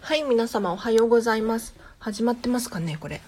はい、皆様おはようございます。始まってますかね、これ。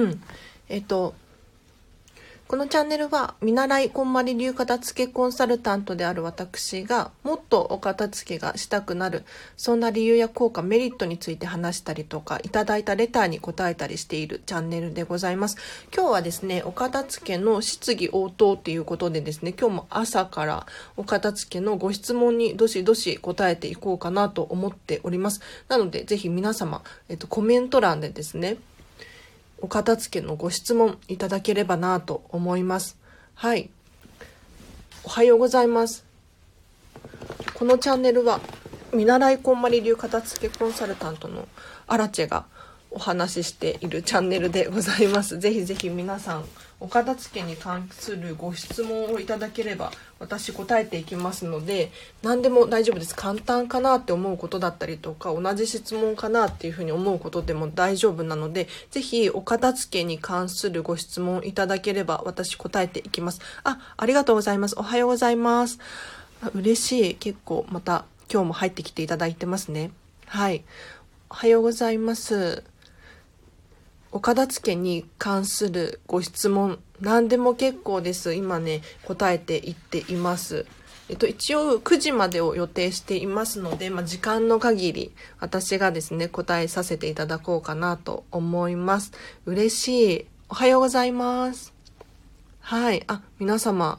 このチャンネルは見習いこんまり流片付けコンサルタントである私がもっとお片付けがしたくなる、そんな理由や効果、メリットについて話したりとか、いただいたレターに答えたりしているチャンネルでございます。今日はですね、お片付けの質疑応答ということでですね、今日も朝からお片付けのご質問にどしどし答えていこうかなと思っております。なのでぜひ皆様、コメント欄でですね、お片付けのご質問いただければなと思います。はい。おはようございます。このチャンネルは見習いこんまり流片付けコンサルタントのアラチェがお話ししているチャンネルでございます。ぜひぜひ皆さんお片付けに関するご質問をいただければ私答えていきますので、何でも大丈夫です。簡単かなって思うことだったりとか、同じ質問かなっていうふうに思うことでも大丈夫なので、ぜひお片付けに関するご質問いただければ私答えていきます。ありがとうございます。おはようございます。嬉しい。結構また今日も入ってきていただいてますね。はい。おはようございます。お片付けに関するご質問、何でも結構です。今ね、答えていっています。一応9時までを予定していますので、時間の限り私がですね、答えさせていただこうかなと思います。嬉しい。おはようございます。はい。皆様、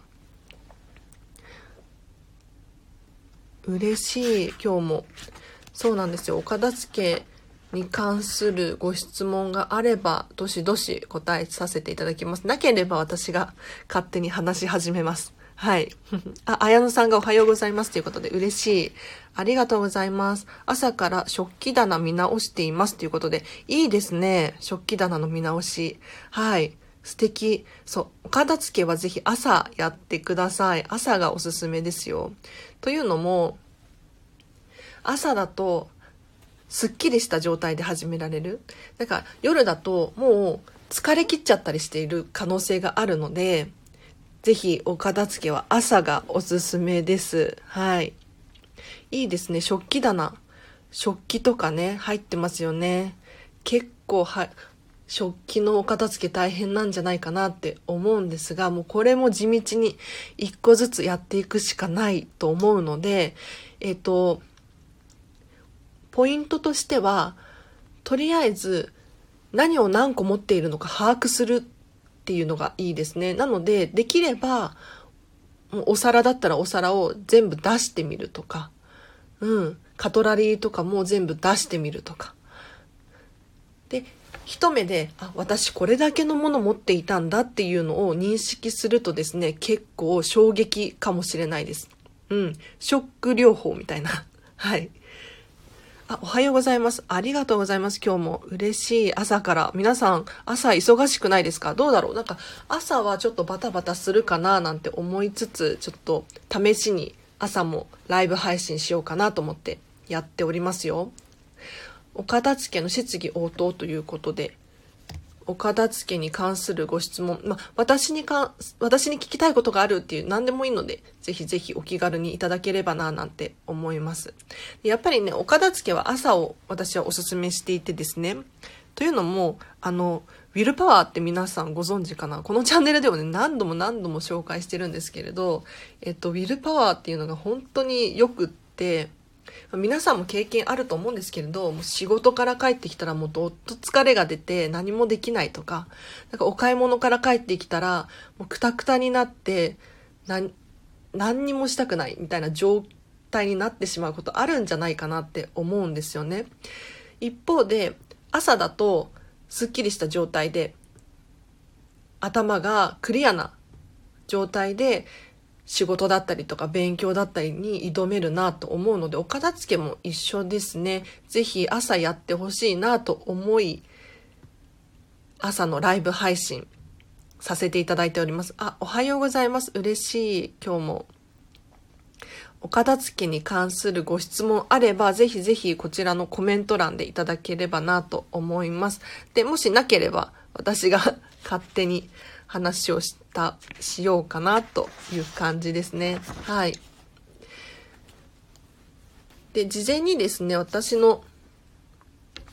嬉しい。今日も。そうなんですよ。お片付けに関するご質問があればどしどし答えさせていただきます。なければ私が勝手に話し始めます。はい。綾野さんがおはようございますということで嬉しい。ありがとうございます。朝から食器棚見直していますということで、いいですね。食器棚の見直し。はい。素敵。そう。お片付けはぜひ朝やってください。朝がおすすめですよ。というのも、朝だとすっきりした状態で始められる。だから夜だともう疲れ切っちゃったりしている可能性があるので、ぜひお片付けは朝がおすすめです。はい。いいですね。食器棚。食器とかね、入ってますよね。結構食器のお片付け大変なんじゃないかなって思うんですが、もうこれも地道に一個ずつやっていくしかないと思うので、ポイントとしては、とりあえず何を何個持っているのか把握するっていうのがいいですね。なので、できれば、お皿だったらお皿を全部出してみるとか、カトラリーとかも全部出してみるとか。で、一目で、私これだけのもの持っていたんだっていうのを認識するとですね、結構衝撃かもしれないです。ショック療法みたいな。はい。おはようございます。ありがとうございます。今日も嬉しい朝から。皆さん、朝忙しくないですか？どうだろう？なんか、朝はちょっとバタバタするかななんて思いつつ、ちょっと試しに朝もライブ配信しようかなと思ってやっておりますよ。お片付けの質疑応答ということで、お片付けに関するご質問、私に聞きたいことがあるっていう何でもいいので、ぜひぜひお気軽にいただければななんて思います。やっぱりね、お片付けは朝を私はおすすめしていてですね。というのも、ウィルパワーって皆さんご存知かな？このチャンネルでもね、何度も紹介してるんですけれど、ウィルパワーっていうのが本当によくって、皆さんも経験あると思うんですけれど、もう仕事から帰ってきたらもうどっと疲れが出て何もできないとか、なんかお買い物から帰ってきたらもうクタクタになって何にもしたくないみたいな状態になってしまうことあるんじゃないかなって思うんですよね。一方で朝だとすっきりした状態で頭がクリアな状態で仕事だったりとか勉強だったりに挑めるなと思うので、お片付けも一緒ですね。ぜひ朝やってほしいなと思い、朝のライブ配信させていただいております。おはようございます。嬉しい。今日もお片付けに関するご質問あれば、ぜひぜひこちらのコメント欄でいただければなと思います。で、もしなければ私が勝手に話をしようかなという感じですね。はい。で、事前にですね、私の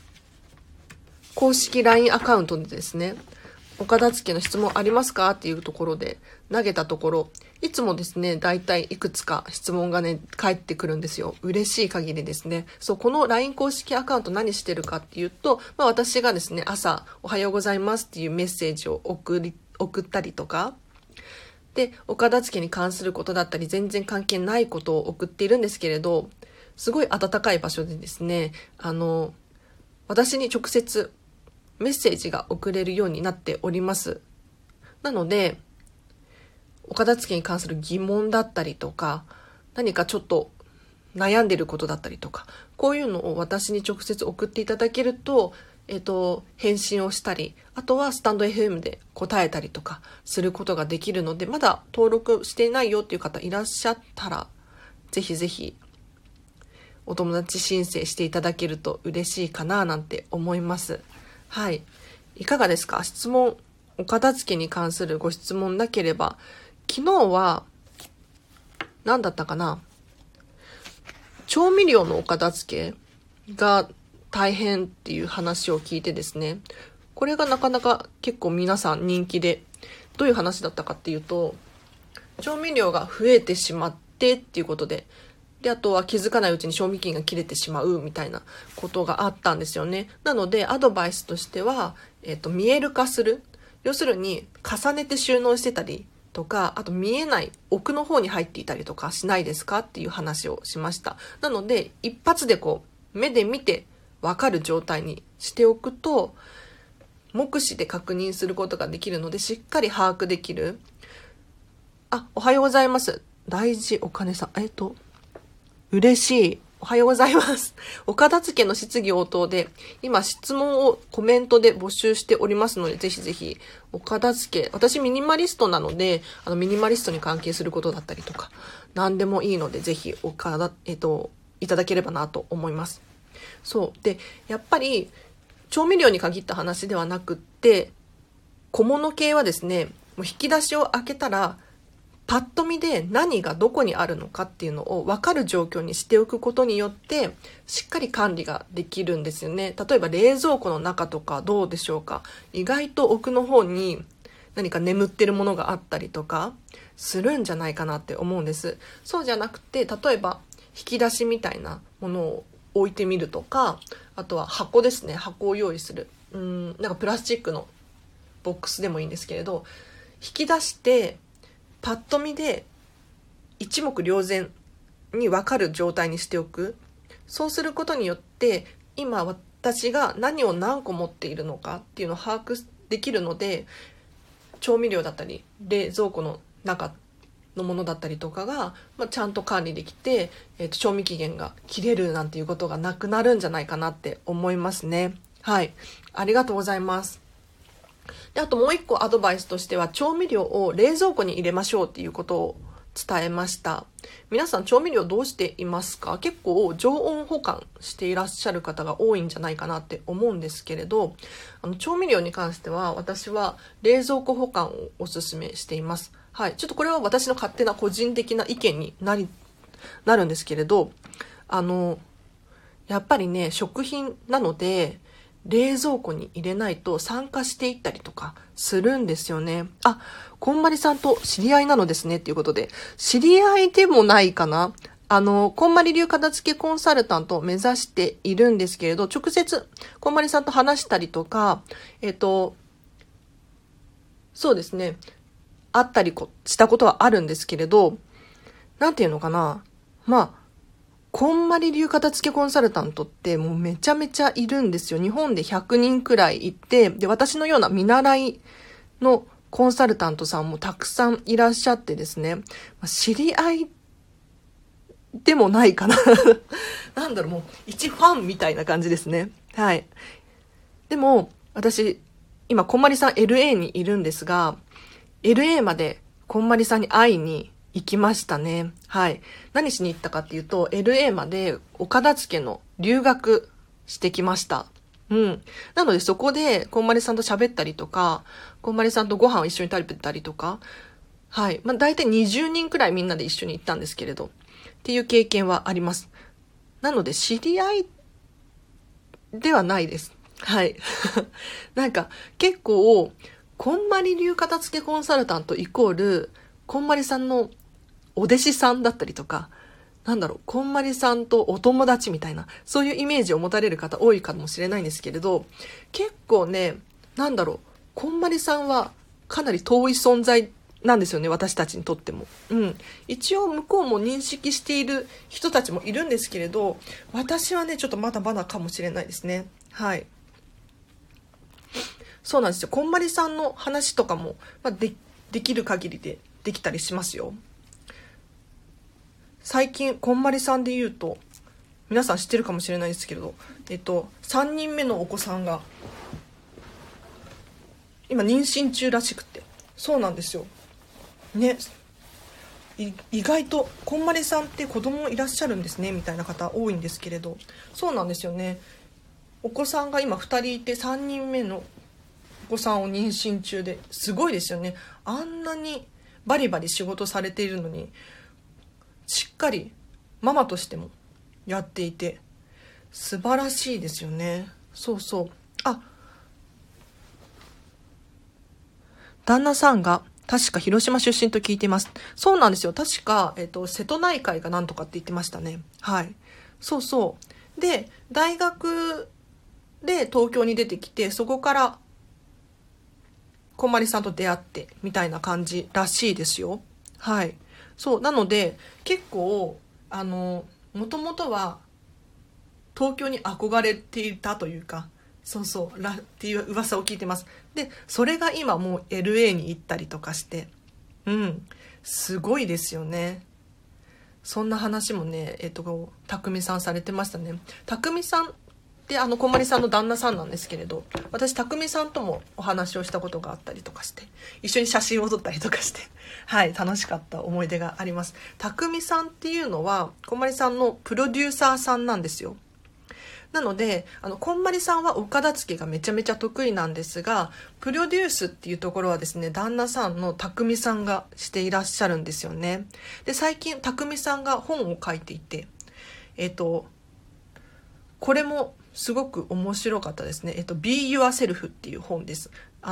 公式 LINE アカウントでですね、お片付けの質問ありますかっていうところで投げたところ、いつもですね、だいたいいくつか質問がね、返ってくるんですよ。嬉しい限りですね。そう、この LINE 公式アカウント何してるかっていうと、私がですね、朝、おはようございますっていうメッセージを送ったりとか、で、お片付けに関することだったり、全然関係ないことを送っているんですけれど、すごい温かい場所でですね、私に直接メッセージが送れるようになっております。なので、お片付けに関する疑問だったりとか、何かちょっと悩んでることだったりとか、こういうのを私に直接送っていただけると、返信をしたり、あとはスタンド FM で答えたりとかすることができるので、まだ登録していないよっていう方いらっしゃったら、ぜひぜひお友達申請していただけると嬉しいかななんて思います。はい。いかがですか？質問、お片付けに関するご質問なければ、昨日は、何だったかな？調味料のお片付けが大変っていう話を聞いてですね、これがなかなか結構皆さん人気で、どういう話だったかっていうと、調味料が増えてしまってっていうことで、あとは気づかないうちに賞味期限が切れてしまうみたいなことがあったんですよね。なのでアドバイスとしては、見える化する。要するに重ねて収納してたりとか、あと見えない奥の方に入っていたりとかしないですかっていう話をしました。なので一発で目で見てわかる状態にしておくと、目視で確認することができるのでしっかり把握できる。おはようございます。大事お金さん。嬉しい。おはようございます。お片付けの質疑応答で、今質問をコメントで募集しておりますので、ぜひぜひ、お片付け、私ミニマリストなので、ミニマリストに関係することだったりとか、何でもいいので、ぜひ、いただければなと思います。そう。で、やっぱり、調味料に限った話ではなくって、小物系はですね、もう引き出しを開けたら、パッと見で何がどこにあるのかっていうのを分かる状況にしておくことによってしっかり管理ができるんですよね。例えば冷蔵庫の中とかどうでしょうか。意外と奥の方に何か眠ってるものがあったりとかするんじゃないかなって思うんです。そうじゃなくて、例えば引き出しみたいなものを置いてみるとか、あとは箱ですね。箱を用意する。なんかプラスチックのボックスでもいいんですけれど、引き出してパッと見で一目瞭然に分かる状態にしておく。そうすることによって今私が何を何個持っているのかっていうのを把握できるので、調味料だったり冷蔵庫の中のものだったりとかが、ちゃんと管理できて、賞味期限が切れるなんていうことがなくなるんじゃないかなって思いますね。はい。ありがとうございます。で、あともう一個アドバイスとしては、調味料を冷蔵庫に入れましょうっていうことを伝えました。皆さん調味料どうしていますか？結構常温保管していらっしゃる方が多いんじゃないかなって思うんですけれど、調味料に関しては私は冷蔵庫保管をおすすめしています。はい。ちょっとこれは私の勝手な個人的な意見になるんですけれど、やっぱりね、食品なので、冷蔵庫に入れないと酸化していったりとかするんですよね。こんまりさんと知り合いなのですねっていうことで、知り合いでもないかな。こんまり流片付けコンサルタントを目指しているんですけれど、直接こんまりさんと話したりとか、そうですね、会ったりしたことはあるんですけれど、なんていうのかな。こんまり流片付けコンサルタントってもうめちゃめちゃいるんですよ。日本で100人くらいいて、で、私のような見習いのコンサルタントさんもたくさんいらっしゃってですね、知り合いでもないかな。もう一ファンみたいな感じですね。はい。でも、私、今、こんまりさん LA にいるんですが、LA までこんまりさんに会いに行きましたね。はい。何しに行ったかっていうと、LA までお片付けの留学してきました。なのでそこで、こんまりさんと喋ったりとか、こんまりさんとご飯を一緒に食べたりとか、はい。大体20人くらいみんなで一緒に行ったんですけれど、っていう経験はあります。なので知り合いではないです。 はい。なんか結構、こんまり流片付けコンサルタントイコール、こんまりさんのお弟子さんだったりとか、こんまりさんとお友達みたいな、そういうイメージを持たれる方多いかもしれないんですけれど、結構ね、こんまりさんはかなり遠い存在なんですよね、私たちにとっても。うん。一応向こうも認識している人たちもいるんですけれど、私はね、ちょっとまだまだかもしれないですね。はい。そうなんですよ。こんまりさんの話とかも、できる限りでできたりしますよ。最近、こんまりさんで言うと、皆さん知ってるかもしれないですけれど、3人目のお子さんが、今妊娠中らしくて。そうなんですよ。ね。意外と、こんまりさんって子供いらっしゃるんですね、みたいな方多いんですけれど、そうなんですよね。お子さんが今2人いて、3人目のお子さんを妊娠中で、すごいですよね。あんなにバリバリ仕事されているのに、しっかりママとしてもやっていて、素晴らしいですよね。そうそう。あ、旦那さんが確か広島出身と聞いています。そうなんですよ。確か、瀬戸内海がなんとかって言ってましたね。はい。そうそう。で、大学で東京に出てきて、そこからこんまりさんと出会ってみたいな感じらしいですよ。はい。そう。なので、結構、もともとは東京に憧れていたというか、そうそうっていう噂を聞いてます。で、それが今もう LA に行ったりとかして、うん、すごいですよね。そんな話もね、匠さんされてましたね。匠さんってこんまりさんの旦那さんなんですけれど、私匠さんともお話をしたことがあったりとかして、一緒に写真を撮ったりとかして、はい、楽しかった思い出があります。匠さんっていうのはこんまりさんのプロデューサーさんなんですよ。なので、こんまりさんはお片付けがめちゃめちゃ得意なんですが、プロデュースっていうところはですね、旦那さんの匠さんがしていらっしゃるんですよね。で、最近匠さんが本を書いていて、これもすごく面白かったですね。Be Yourself っていう本です。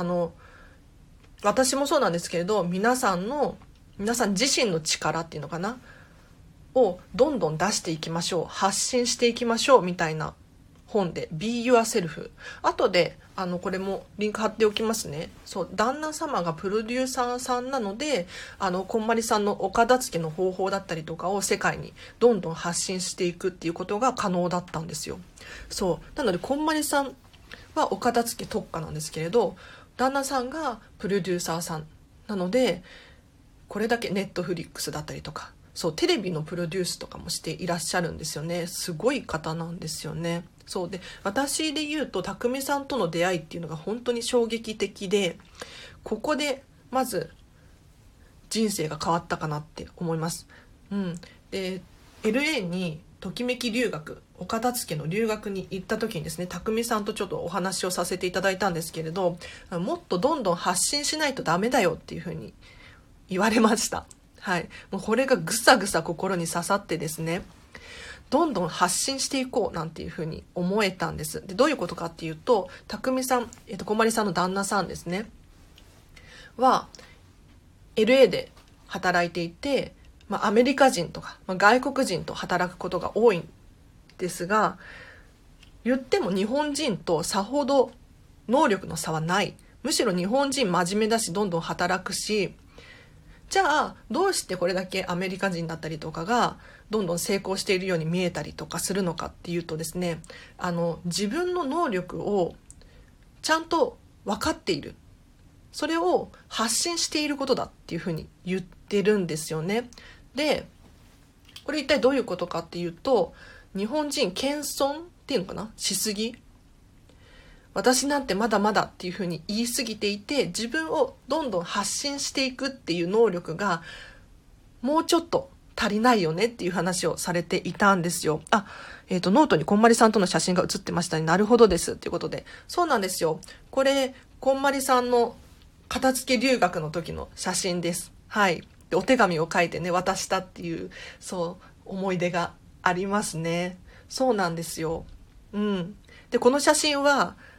私もそうなんですけれど、皆さん自身の力っていうのかなをどんどん出していきましょう。発信していきましょうみたいな本で Be Yourself。後でこれもリンク貼っておきますね。そう、旦那様がプロデューサーさんなので、こんまりさんのお片付けの方法だったりとかを世界にどんどん発信していくっていうことが可能だったんですよ。そう、なのでこんまりさんはお片付け特化なんですけれど、旦那さんがプロデューサーさんなので、これだけネットフリックスだったりとか、そうテレビのプロデュースとかもしていらっしゃるんですよね。すごい方なんですよね。そうで、私で言うと匠さんとの出会いっていうのが本当に衝撃的で、ここでまず人生が変わったかなって思います。うん。で、LA にときめき留学、お片付けの留学に行った時にですね、匠さんとちょっとお話をさせていただいたんですけれど、もっとどんどん発信しないとダメだよっていうふうに言われました。はい。もうこれがぐさぐさ心に刺さってですね、どんどん発信していこうなんていうふうに思えたんです。で、どういうことかっていうと、匠さん、こまりさんの旦那さんですね、は、LA で働いていて、アメリカ人とか、外国人と働くことが多いんですが、言っても日本人とさほど能力の差はない。むしろ日本人真面目だし、どんどん働くし、じゃあどうしてこれだけアメリカ人だったりとかがどんどん成功しているように見えたりとかするのかっていうとですね、自分の能力をちゃんと分かっている、それを発信していることだっていうふうに言ってるんですよね。で、これ一体どういうことかっていうと、日本人謙遜っていうのかな、しすぎ、私なんてまだまだっていうふうに言い過ぎていて、自分をどんどん発信していくっていう能力がもうちょっと足りないよねっていう話をされていたんですよ。ノートにこんまりさんとの写真が写ってましたね。なるほどですっていうことで。そうなんですよ。これ、こんまりさんの片付け留学の時の写真です。はい。で、お手紙を書いてね、渡したっていう、そう、思い出がありますね。そうなんですよ。うん。で、この写真は、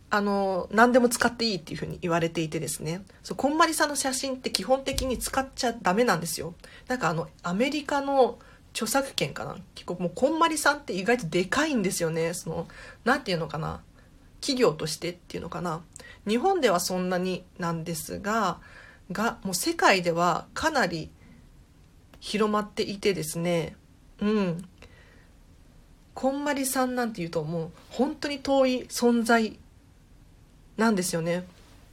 何でも使っていいっていうふうに言われていてですね。そう、こんまりさんの写真って基本的に使っちゃダメなんですよ。なんかアメリカの著作権かな。結構もうこんまりさんって意外とでかいんですよね。なんていうのかな。企業としてっていうのかな。日本ではそんなになんですが、もう世界ではかなり広まっていてですね。うん。こんまりさんなんていうともう本当に遠い存在なんですよね。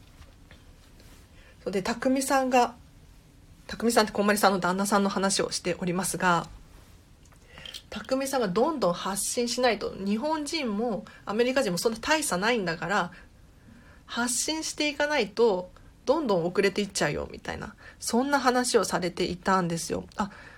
で、匠さんってこんまりさんの旦那さんの話をしておりますが、匠さんがどんどん発信しないと、日本人もアメリカ人もそんな大差ないんだから、発信していかないとどんどん遅れていっちゃうよみたいな、そんな話をされていたんですよ。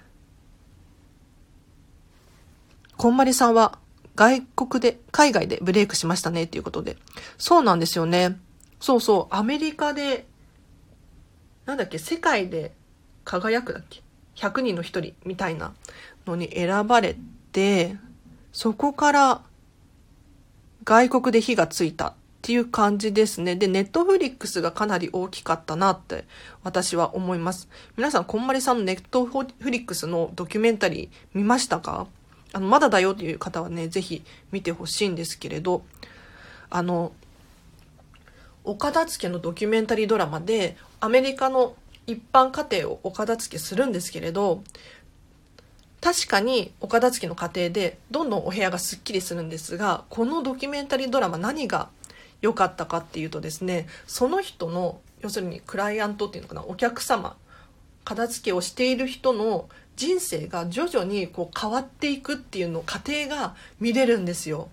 こんまりさんは海外でブレイクしましたねっていうことで。そうなんですよね。そうそう、アメリカで、世界で輝く100人の一人みたいなのに選ばれて、そこから外国で火がついたっていう感じですね。で、ネットフリックスがかなり大きかったなって私は思います。皆さん、こんまりさんのネットフリックスのドキュメンタリー見ましたか？まだだよっていう方はね、ぜひ見てほしいんですけれど、岡田付のドキュメンタリードラマで、アメリカの一般家庭をお片付けするんですけれど、確かにお片付けの過程でどんどんお部屋がすっきりするんですが、このドキュメンタリードラマ何が良かったかっていうとですね、その人の要するにクライアントっていうのかな、お客様、片付けをしている人の人生が徐々にこう変わっていくっていうの過程が見れるんですよ。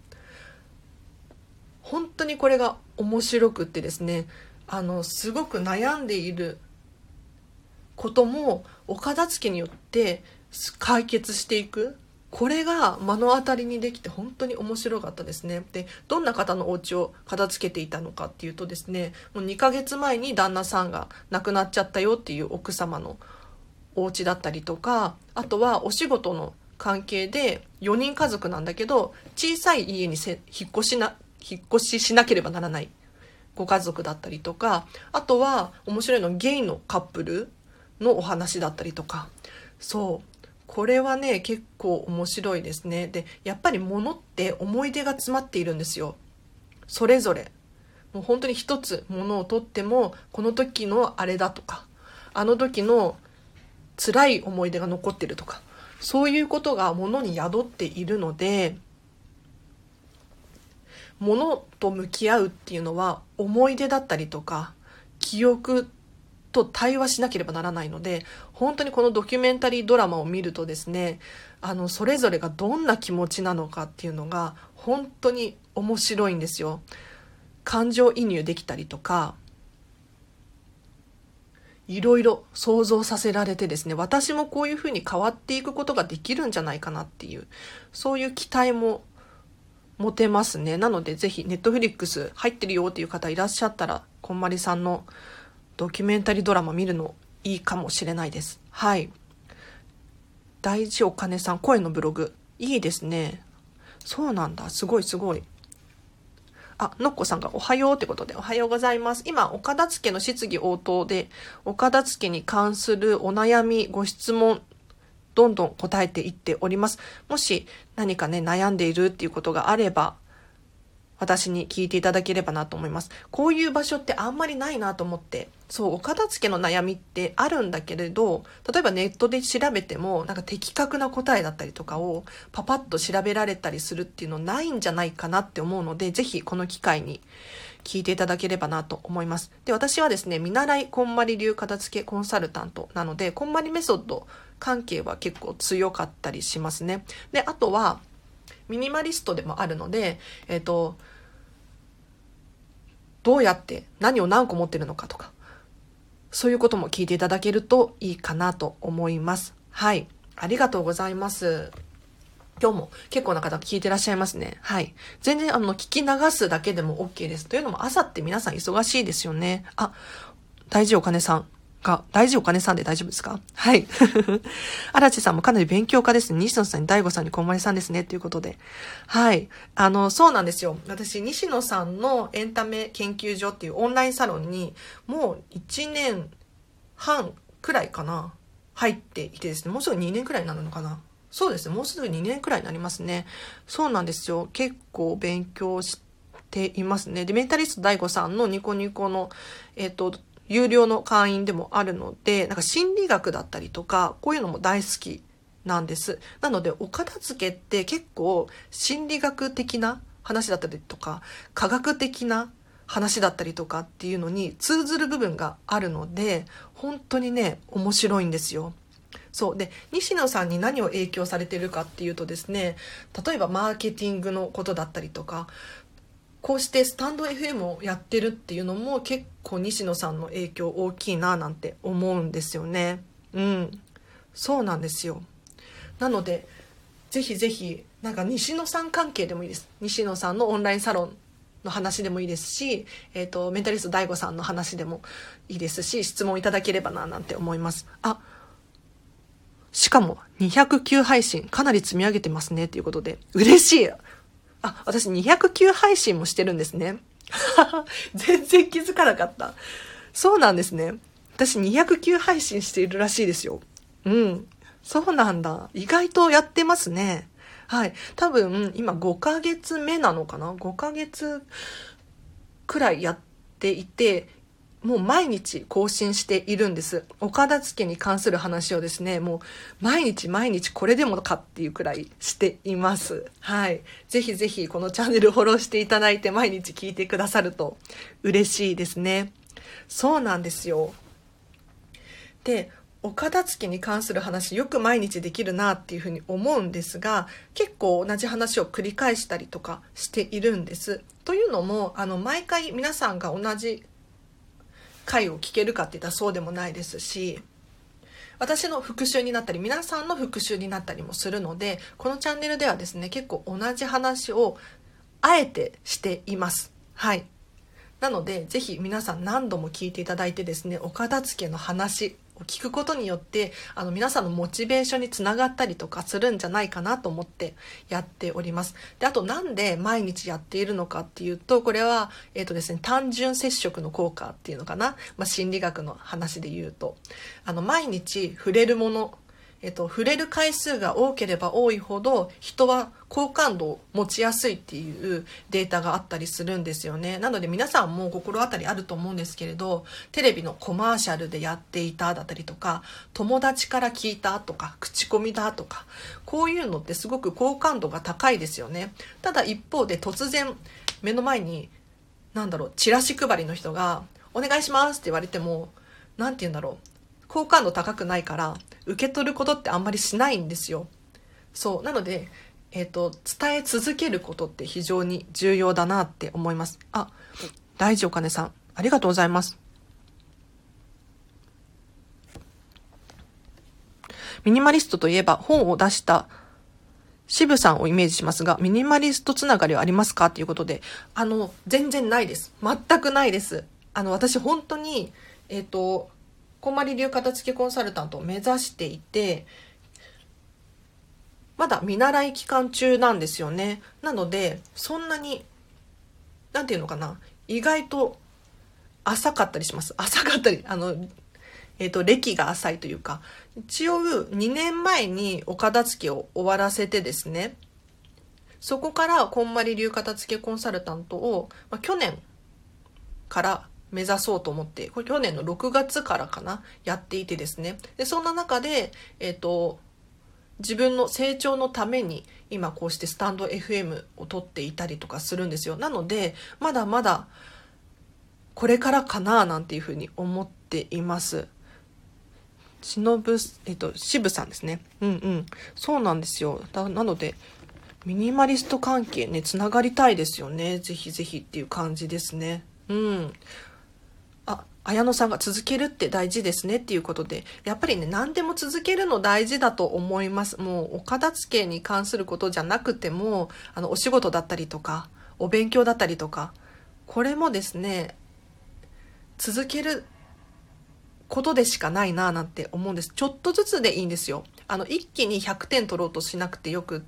本当にこれが面白くってですね、すごく悩んでいることもお片付けによって解決していく、これが目の当たりにできて本当に面白かったですね。で、どんな方のお家を片付けていたのかっていうとですね、もう2ヶ月前に旦那さんが亡くなっちゃったよっていう奥様のお家だったりとか、あとはお仕事の関係で4人家族なんだけど、小さい家に引っ越ししなければならないご家族だったりとか、あとは面白いのゲイのカップルのお話だったりとか、そうこれはね結構面白いですね。で、やっぱり物って思い出が詰まっているんですよ。それぞれもう本当に一つ物を取っても、この時のあれだとか、あの時の辛い思い出が残ってるとか、そういうことが物に宿っているので、物と向き合うっていうのは思い出だったりとか記憶と対話しなければならないので、本当にこのドキュメンタリードラマを見るとですね、それぞれがどんな気持ちなのかっていうのが本当に面白いんですよ。感情移入できたりとか、いろいろ想像させられてですね、私もこういうふうに変わっていくことができるんじゃないかなっていう、そういう期待も持てますね。なのでぜひネットフリックス入ってるよっていう方いらっしゃったら、こんまりさんのドキュメンタリードラマ見るのいいかもしれないです。はい。大事お金さん、声のブログいいですね。そうなんだ、すごいすごい。のっこさんがおはようってことで、おはようございます。今お片付けの質疑応答で、お片付けに関するお悩みご質問どんどん答えていっております。もし何かね悩んでいるっていうことがあれば、私に聞いていただければなと思います。こういう場所ってあんまりないなと思って。そう、お片付けの悩みってあるんだけれど、例えばネットで調べても的確な答えだったりとかをパパッと調べられたりするっていうのないんじゃないかなって思うので、ぜひこの機会に聞いていただければなと思います。で、私はですね、見習いこんまり流片付けコンサルタントなので、こんまりメソッド関係は結構強かったりしますね。で、あとはミニマリストでもあるので、どうやって何を何個持ってるのかとか、そういうことも聞いていただけるといいかなと思います。はい。ありがとうございます。今日も結構な方聞いてらっしゃいますね。はい。全然聞き流すだけでも OK です。というのも朝って皆さん忙しいですよね。大事お金さん。 が、大事お金さんで大丈夫ですか？はい。荒地さんもかなり勉強家ですね。西野さんに大悟さんにこんまりさんですね。ということで。はい。そうなんですよ。私、西野さんのエンタメ研究所っていうオンラインサロンに、もう1年半くらいかな。入っていてですね。もうすぐ2年くらいになるのかな。そうですね。もうすぐ2年くらいになりますね。そうなんですよ。結構勉強していますね。で、メンタリスト大悟さんのニコニコの、有料の会員でもあるので、なんか心理学だったりとか、こういうのも大好きなんです。なので、お片付けって結構心理学的な話だったりとか、科学的な話だったりとかっていうのに通ずる部分があるので、本当にね、面白いんですよ。そう。で、西野さんに何を影響されているかっていうとですね、例えばマーケティングのことだったりとか、こうしてスタンド FM をやってるっていうのも結構西野さんの影響大きいななんて思うんですよね。うん。そうなんですよ。なので、ぜひぜひ、なんか西野さん関係でもいいです。西野さんのオンラインサロンの話でもいいですし、メンタリスト DAIGO さんの話でもいいですし、質問いただければななんて思います。しかも209配信かなり積み上げてますねということで、嬉しい。私209配信もしてるんですね。全然気づかなかった。そうなんですね。私209配信しているらしいですよ。うん。そうなんだ。意外とやってますね。はい。多分、今5ヶ月目なのかな？ 5 ヶ月くらいやっていて、もう毎日更新しているんです。お片付けに関する話をですね、もう毎日毎日これでもかっていうくらいしています。はい。ぜひぜひこのチャンネルフォローしていただいて毎日聞いてくださると嬉しいですね。そうなんですよ。で、お片付けに関する話よく毎日できるなっていうふうに思うんですが、結構同じ話を繰り返したりとかしているんです。というのも、毎回皆さんが同じ回を聞けるかって言ったらそうでもないですし、私の復習になったり皆さんの復習になったりもするので、このチャンネルではですね、結構同じ話をあえてしています。はい。なのでぜひ皆さん何度も聞いていただいてですね、お片付けの話を聞くことによって皆さんのモチベーションにつながったりとかするんじゃないかなと思ってやっております。で、あとなんで毎日やっているのかっていうと、これはですね、単純接触の効果っていうのかな、心理学の話で言うと、毎日触れるもの、触れる回数が多ければ多いほど人は好感度を持ちやすいっていうデータがあったりするんですよね。なので皆さんも心当たりあると思うんですけれど、テレビのコマーシャルでやっていただったりとか、友達から聞いたとか、口コミだとか、こういうのってすごく好感度が高いですよね。ただ一方で突然目の前にチラシ配りの人がお願いしますって言われても、なんて言うんだろう、好感度高くないから受け取ることってあんまりしないんですよ。そうなので、伝え続けることって非常に重要だなって思います。大地お金さんありがとうございます。ミニマリストといえば本を出した渋さんをイメージしますが、ミニマリストつながりはありますかということで、全然ないです。全くないです。私本当にこんまり流片付けコンサルタントを目指していて、まだ見習い期間中なんですよね。なのでそんなになんていうのかな、意外と浅かったりします。浅かったり歴が浅いというか、一応2年前にお片付けを終わらせてですね、そこからこんまり流片付けコンサルタントを、去年から目指そうと思って、これ去年の6月からかな、やっていてですね。で、そんな中で、自分の成長のために今こうしてスタンド FM を撮っていたりとかするんですよ。なので、まだまだこれからかななんていうふうに思っています。渋さんですね。そうなんですよ。なので、ミニマリスト関係ね、つながりたいですよね。ぜひぜひっていう感じですね。綾野さんが続けるって大事ですねっていうことで、やっぱりね、何でも続けるの大事だと思います。もうお片付けに関することじゃなくても、お仕事だったりとか、お勉強だったりとか、これもですね、続けることでしかないななんて思うんです。ちょっとずつでいいんですよ。一気に100点取ろうとしなくてよくって、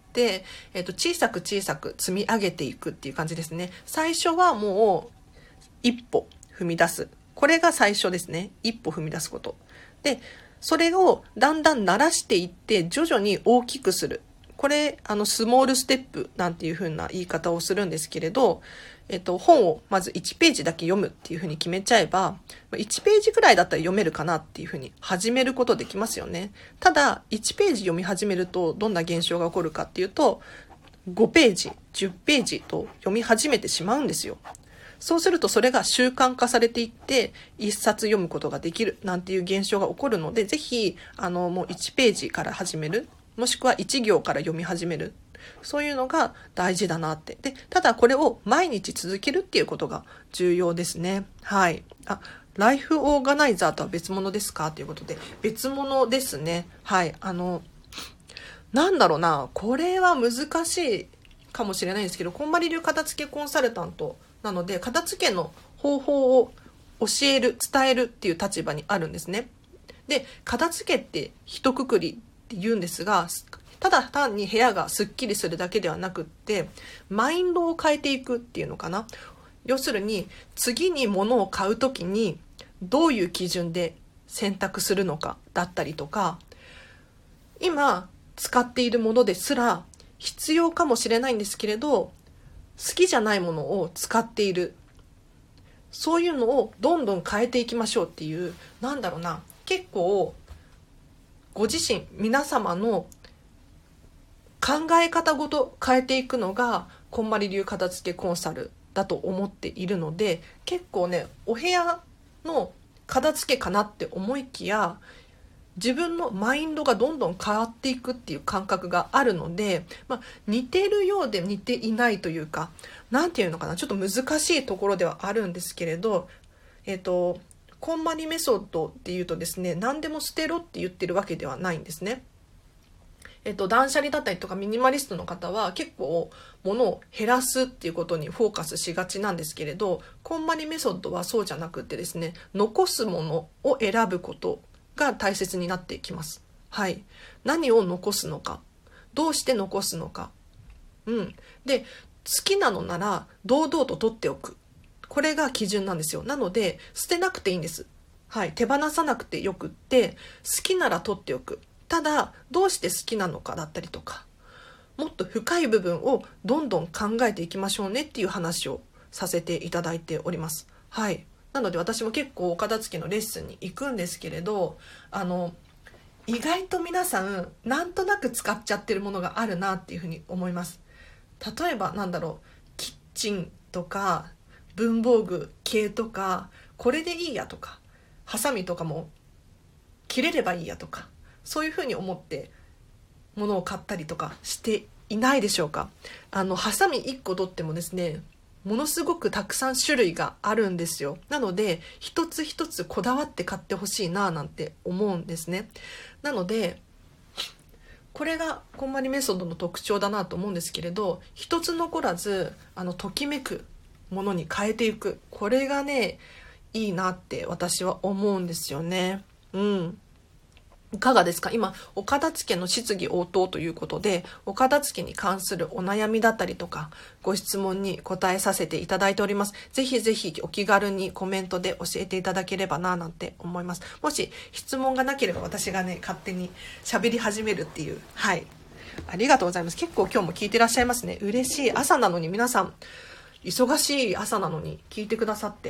小さく小さく積み上げていくっていう感じですね。最初はもう一歩踏み出す。これが最初ですね。一歩踏み出すこと。で、それをだんだん慣らしていって徐々に大きくする。これ、スモールステップなんていう風な言い方をするんですけれど、本をまず1ページだけ読むっていう風に決めちゃえば、1ページくらいだったら読めるかなっていう風に始めることできますよね。ただ、1ページ読み始めるとどんな現象が起こるかっていうと、5ページ、10ページと読み始めてしまうんですよ。そうするとそれが習慣化されていって一冊読むことができるなんていう現象が起こるので、ぜひもう1ページから始める、もしくは1行から読み始める、そういうのが大事だなって。で、ただこれを毎日続けるっていうことが重要ですね。はい。ライフオーガナイザーとは別物ですかということで、別物ですね。はい。なんだろうな、これは難しいかもしれないんですけど、こんまり流片付けコンサルタントなので、片付けの方法を教える、伝えるっていう立場にあるんですね。で、片付けって一括りって言うんですが、ただ単に部屋がすっきりするだけではなくって、マインドを変えていくっていうのかな。要するに、次に物を買うときに、どういう基準で選択するのかだったりとか、今使っているものですら必要かもしれないんですけれど、好きじゃないものを使っている。そういうのをどんどん変えていきましょうっていう、なんだろうな、結構ご自身、皆様の考え方ごと変えていくのがこんまり流片付けコンサルだと思っているので、結構ね、お部屋の片付けかなって思いきや、自分のマインドがどんどん変わっていくっていう感覚があるので、似てるようで似ていないというか、なんていうのかな、ちょっと難しいところではあるんですけれど、こんまりメソッドっていうとですね、何でも捨てろって言ってるわけではないんですね。断捨離だったりとかミニマリストの方は結構物を減らすっていうことにフォーカスしがちなんですけれど、こんまりメソッドはそうじゃなくってですね、残すものを選ぶことが大切になってきます。はい。何を残すのか。どうして残すのか。で、好きなのなら堂々と取っておく。これが基準なんですよ。なので、捨てなくていいんです。はい。手放さなくてよくって、好きなら取っておく。ただ、どうして好きなのかだったりとか、もっと深い部分をどんどん考えていきましょうねっていう話をさせていただいております。はい。なので私も結構お片付けのレッスンに行くんですけれど、意外と皆さんなんとなく使っちゃってるものがあるなっていうふうに思います。例えばキッチンとか文房具系とか、これでいいやとか、ハサミとかも切れればいいやとか、そういうふうに思って物を買ったりとかしていないでしょうか。ハサミ1個取ってもですね、ものすごくたくさん種類があるんですよ。なので一つ一つこだわって買ってほしいななんて思うんですね。なのでこれがこんまりメソッドの特徴だなと思うんですけれど、一つ残らずときめくものに変えていく、これがねいいなって私は思うんですよね。いかがですか？今、お片付けの質疑応答ということで、お片付けに関するお悩みだったりとか、ご質問に答えさせていただいております。ぜひぜひお気軽にコメントで教えていただければななんて思います。もし質問がなければ私がね、勝手に喋り始めるっていう。はい。ありがとうございます。結構今日も聞いてらっしゃいますね。嬉しい。朝なのに皆さん、忙しい朝なのに聞いてくださって。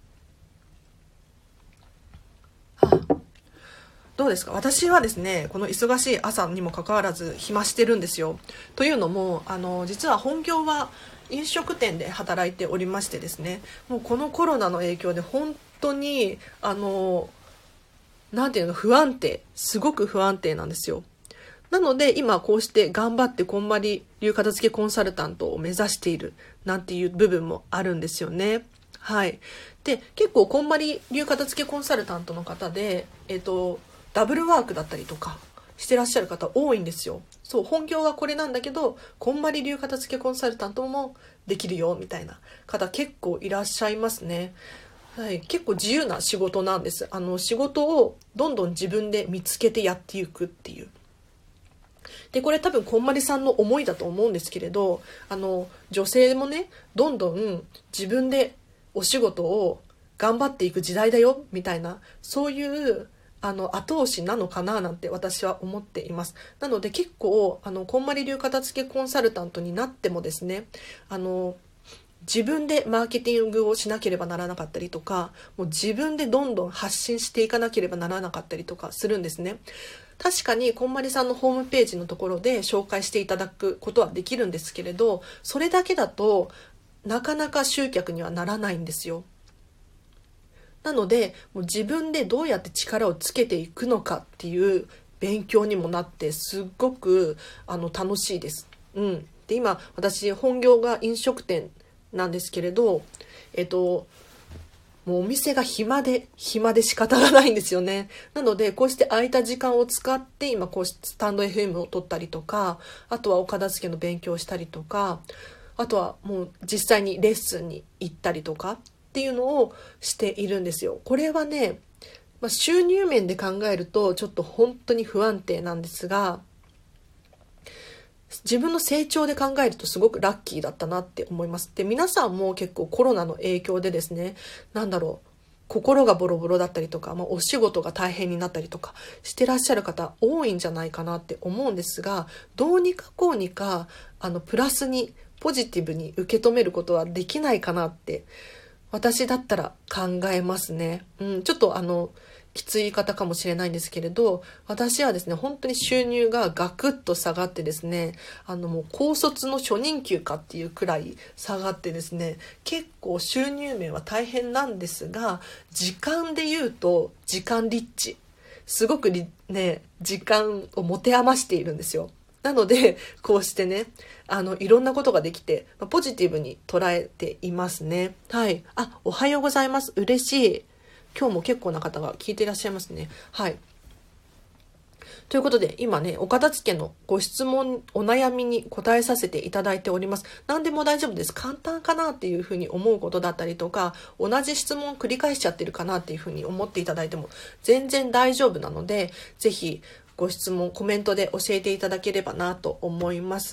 どうですか？私はですね、この忙しい朝にもかかわらず暇してるんですよ。というのも、実は本業は飲食店で働いておりましてですね、もうこのコロナの影響で本当に、なんていうの、不安定、すごく不安定なんですよ。なので今こうして頑張ってこんまり流片付けコンサルタントを目指しているなんていう部分もあるんですよね。はい。で、結構こんまり流片付けコンサルタントの方で、ダブルワークだったりとかしてらっしゃる方多いんですよ。そう、本業はこれなんだけど、こんまり流片付けコンサルタントもできるよみたいな方結構いらっしゃいますね。 はい、結構自由な仕事なんです。仕事をどんどん自分で見つけてやっていくっていう。で、これ多分こんまりさんの思いだと思うんですけれど、女性もね、どんどん自分でお仕事を頑張っていく時代だよ、みたいな、そういう後押しなのかななんて私は思っています。なので結構こんまり流片付けコンサルタントになってもですね、自分でマーケティングをしなければならなかったりとか、もう自分でどんどん発信していかなければならなかったりとかするんですね。確かにこんまりさんのホームページのところで紹介していただくことはできるんですけれど、それだけだとなかなか集客にはならないんですよ。なのでもう自分でどうやって力をつけていくのかっていう勉強にもなって、すっごく楽しいです。で、今私本業が飲食店なんですけれど、もうお店が暇で仕方がないんですよね。なのでこうして空いた時間を使って今こうしてスタンド FM を撮ったりとか、あとはお片付けの勉強をしたりとか、あとはもう実際にレッスンに行ったりとかっていうのをしているんですよ。これはね、収入面で考えるとちょっと本当に不安定なんですが、自分の成長で考えるとすごくラッキーだったなって思います。で、皆さんも結構コロナの影響でですね、心がボロボロだったりとか、お仕事が大変になったりとかしてらっしゃる方多いんじゃないかなって思うんですが、どうにかこうにかプラスにポジティブに受け止めることはできないかなって私だったら考えますね。ちょっときつい言い方かもしれないんですけれど、私はですね、本当に収入がガクッと下がってですね、もう高卒の初任給かっていうくらい下がってですね、結構収入面は大変なんですが、時間で言うと時間リッチ。すごくね、時間を持て余しているんですよ。なので、こうしてね、いろんなことができて、ポジティブに捉えていますね。はい。おはようございます。嬉しい。今日も結構な方が聞いていらっしゃいますね。はい。ということで、今ね、お片付けのご質問、お悩みに答えさせていただいております。何でも大丈夫です。簡単かなっていうふうに思うことだったりとか、同じ質問を繰り返しちゃってるかなっていうふうに思っていただいても全然大丈夫なので、ぜひご質問、コメントで教えていただければなと思います。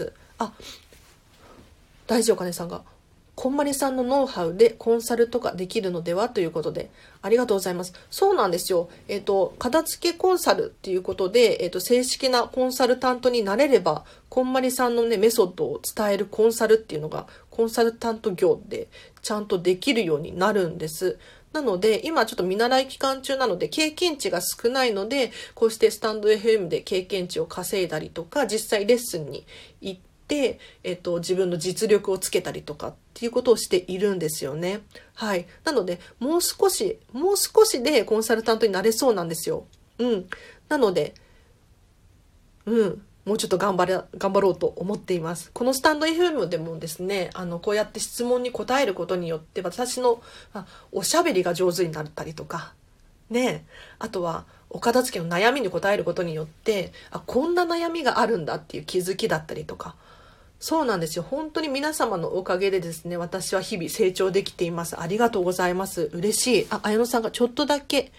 大丈夫かねさんが。こんまりさんのノウハウでコンサルとかできるのではということで、ありがとうございます。そうなんですよ。片付けコンサルっていうことで、正式なコンサルタントになれれば、こんまりさんのね、メソッドを伝えるコンサルっていうのが、コンサルタント業でちゃんとできるようになるんです。なので、今ちょっと見習い期間中なので、経験値が少ないので、こうしてスタンド FM で経験値を稼いだりとか、実際レッスンに行って、自分の実力をつけたりとかっていうことをしているんですよね。はい。なので、もう少しでコンサルタントになれそうなんですよ。なので、もうちょっと頑張ろうと思っています。このスタンド FM でもですね、こうやって質問に答えることによって、私のおしゃべりが上手になったりとか、ね、あとはお片付けの悩みに答えることによって、こんな悩みがあるんだっていう気づきだったりとか、そうなんですよ。本当に皆様のおかげでですね、私は日々成長できています。ありがとうございます。嬉しい。綾野さんがちょっとだけ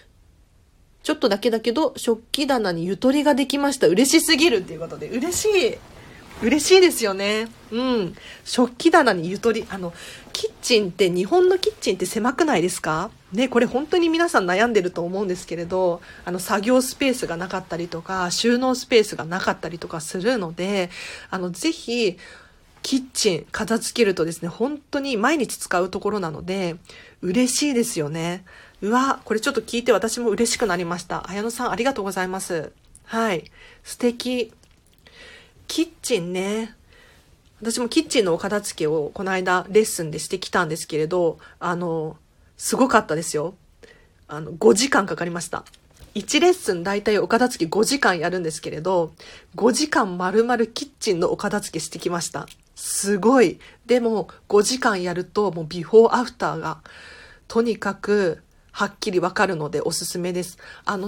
だけど、食器棚にゆとりができました。嬉しすぎるっていうことで、嬉しいですよね。食器棚にゆとり。キッチンって、日本のキッチンって狭くないですかね。これ本当に皆さん悩んでると思うんですけれど、作業スペースがなかったりとか、収納スペースがなかったりとかするので、ぜひ、キッチン片付けるとですね、本当に毎日使うところなので、嬉しいですよね。これちょっと聞いて私も嬉しくなりました。綾野さんありがとうございます。はい。素敵。キッチンね。私もキッチンのお片付けをこの間レッスンでしてきたんですけれど、すごかったですよ。5時間かかりました。1レッスンだいたいお片付け5時間やるんですけれど、5時間丸々キッチンのお片付けしてきました。すごい。でも5時間やるともうビフォーアフターがとにかくはっきりわかるのでおすすめです。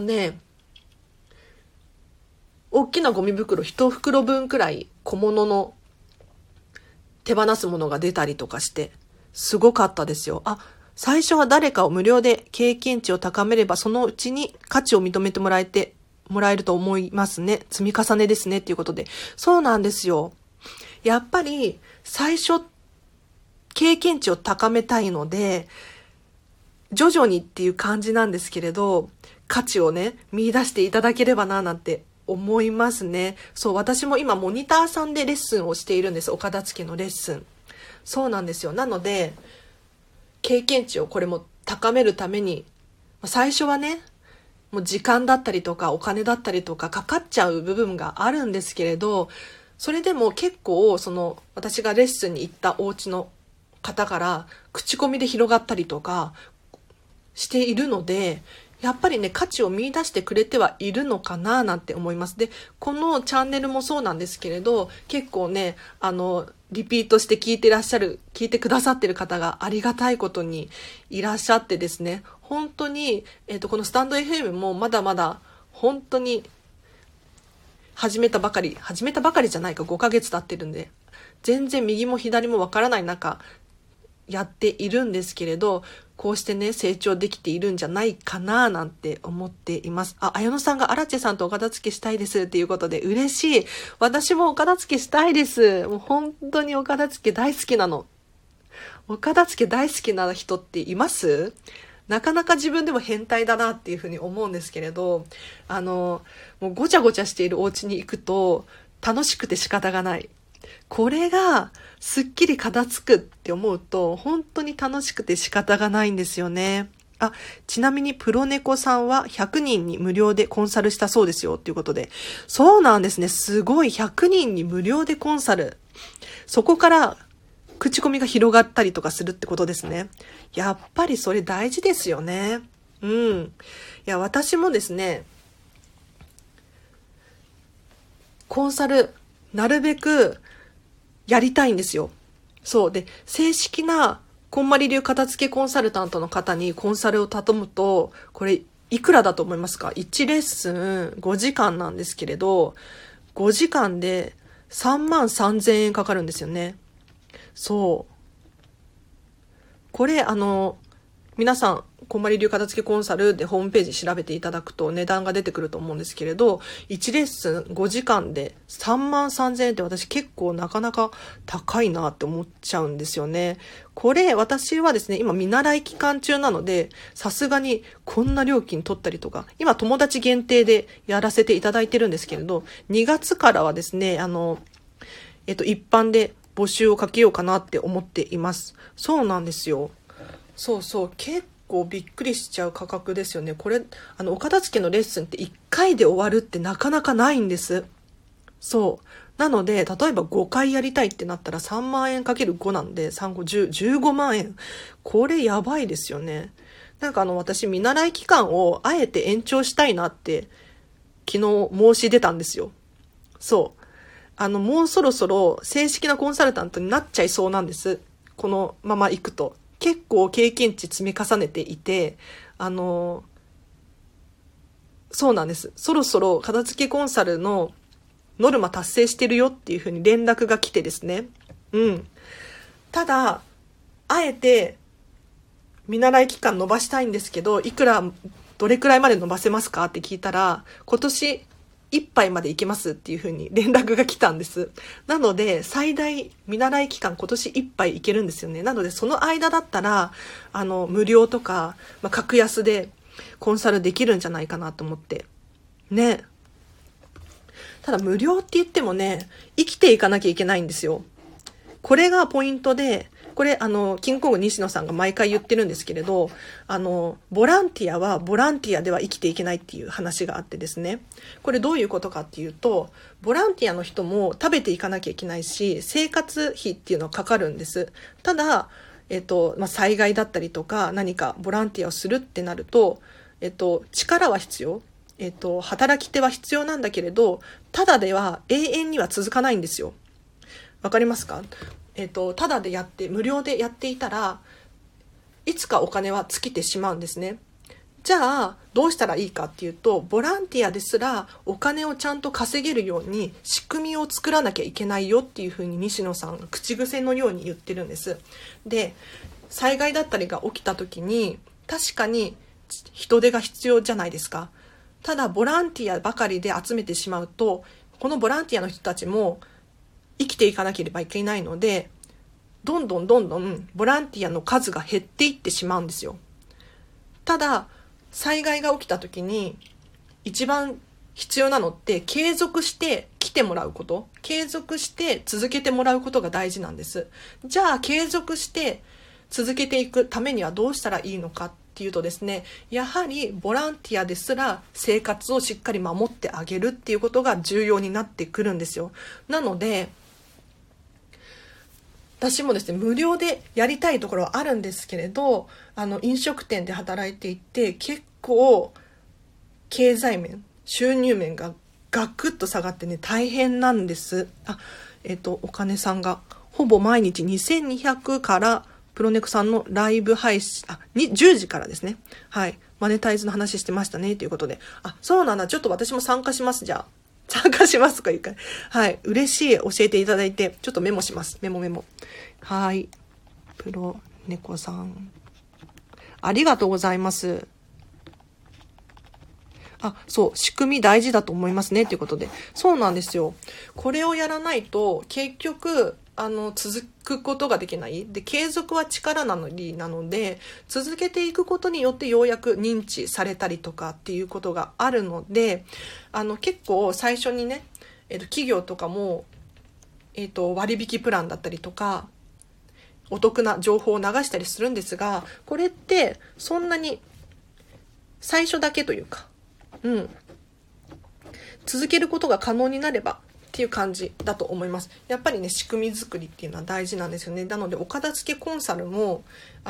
大きなゴミ袋1袋分くらい小物の手放すものが出たりとかして、すごかったですよ。 最初は誰かを無料で経験値を高めれば、そのうちに価値を認めてもらえると思いますね。積み重ねですねっていうことで。そうなんですよ。やっぱり最初経験値を高めたいので、徐々にっていう感じなんですけれど、価値をね、見出していただければななんて思いますね。そう、私も今モニターさんでレッスンをしているんです。お片付けのレッスン。そうなんですよ。なので、経験値をこれも高めるために、最初はね、もう時間だったりとかお金だったりとかかかっちゃう部分があるんですけれど、それでも結構私がレッスンに行ったお家の方から口コミで広がったりとかしているので、やっぱりね、価値を見出してくれてはいるのかななんて思います。で、このチャンネルもそうなんですけれど、結構ね、リピートして聞いてくださってる方がありがたいことにいらっしゃってですね、本当に、このスタンド FM もまだまだ本当に始めたばかりじゃないか、5ヶ月経ってるんで、全然右も左もわからない中、やっているんですけれど、こうしてね、成長できているんじゃないかななんて思っています。綾野さんが荒地さんとお片付けしたいですっていうことで嬉しい。私もお片付けしたいです。もう本当にお片付け大好きなの。お片付け大好きな人っています？なかなか自分でも変態だなっていうふうに思うんですけれど、もうごちゃごちゃしているお家に行くと楽しくて仕方がない。これがすっきり片付くって思うと本当に楽しくて仕方がないんですよね。ちなみにプロネコさんは100人に無料でコンサルしたそうですよっていうことで。そうなんですね。すごい。100人に無料でコンサル。そこから口コミが広がったりとかするってことですね。やっぱりそれ大事ですよね。うん。いや、私もですね、コンサル、なるべくやりたいんですよ。そうで、正式なこんまり流片付けコンサルタントの方にコンサルを頼むと、これいくらだと思いますか？ 1 レッスン5時間なんですけれど、5時間で33,000円かかるんですよね。そう。これ皆さん、こんまり流片付けコンサルでホームページ調べていただくと値段が出てくると思うんですけれど、1レッスン5時間で33,000円って私結構なかなか高いなって思っちゃうんですよね。これ私はですね、今見習い期間中なので、さすがにこんな料金取ったりとか、今友達限定でやらせていただいてるんですけれど、2月からはですね、一般で募集をかけようかなって思っています。そうなんですよ。そうそう、結構びっくりしちゃう価格ですよね。これ、お片付けのレッスンって1回で終わるってなかなかないんです。そう。なので、例えば5回やりたいってなったら3万円かける5なんで、3、5、10、15万円。これやばいですよね。なんか私、見習い期間をあえて延長したいなって、昨日申し出たんですよ。そう。もうそろそろ正式なコンサルタントになっちゃいそうなんです。このまま行くと。結構経験値積み重ねていて、そうなんです。そろそろ片付けコンサルのノルマ達成してるよっていうふうに連絡が来てですね。うん。ただ、あえて見習い期間伸ばしたいんですけど、どれくらいまで伸ばせますかって聞いたら、今年いっぱいまで行けますっていう風に連絡が来たんです。なので、最大見習い期間今年いっぱい行けるんですよね。なので、その間だったら、無料とか、格安でコンサルできるんじゃないかなと思って。ね。ただ、無料って言ってもね、生きていかなきゃいけないんですよ。これがポイントで、これ、キングコング西野さんが毎回言ってるんですけれど、ボランティアはボランティアでは生きていけないっていう話があってですね。これどういうことかっていうと、ボランティアの人も食べていかなきゃいけないし、生活費っていうのはかかるんです。ただ、災害だったりとか、何かボランティアをするってなると、力は必要。働き手は必要なんだけれど、ただでは永遠には続かないんですよ。わかりますか？ただでやって、無料でやっていたら、いつかお金は尽きてしまうんですね。じゃあ、どうしたらいいかっていうと、ボランティアですらお金をちゃんと稼げるように仕組みを作らなきゃいけないよっていうふうに西野さんが口癖のように言ってるんです。で、 災害だったりが起きた時に確かに人手が必要じゃないですか。ただボランティアばかりで集めてしまうと、このボランティアの人たちも生きていかなければいけないので、どんどんボランティアの数が減っていってしまうんですよ。ただ災害が起きた時に一番必要なのって継続して来てもらうこと、継続して続けてもらうことが大事なんです。じゃあ継続して続けていくためにはどうしたらいいのかっていうとですね、やはりボランティアですら生活をしっかり守ってあげるっていうことが重要になってくるんですよ。なので私もですね、無料でやりたいところはあるんですけれど、飲食店で働いていて結構経済面、収入面がガクッと下がってね、大変なんです。お金さんがほぼ毎日2200からプロネクさんのライブ配信、10時からですね。はい。マネタイズの話してましたね、ということで。そうなんだ。ちょっと私も参加します、じゃあ。参加しますとか言うから。はい。嬉しい。教えていただいて、ちょっとメモします。メモ。はい。プロネコさん。ありがとうございます。そう、仕組み大事だと思いますね、ということで。そうなんですよ。これをやらないと、結局、続くことができない。で、継続は力なので、続けていくことによってようやく認知されたりとかっていうことがあるので、結構最初にね、企業とかも、割引プランだったりとか、お得な情報を流したりするんですが、これってそんなに最初だけというか、続けることが可能になればっていう感じだと思います。やっぱりね、仕組み作りっていうのは大事なんですよね。なのでお片付けコンサルも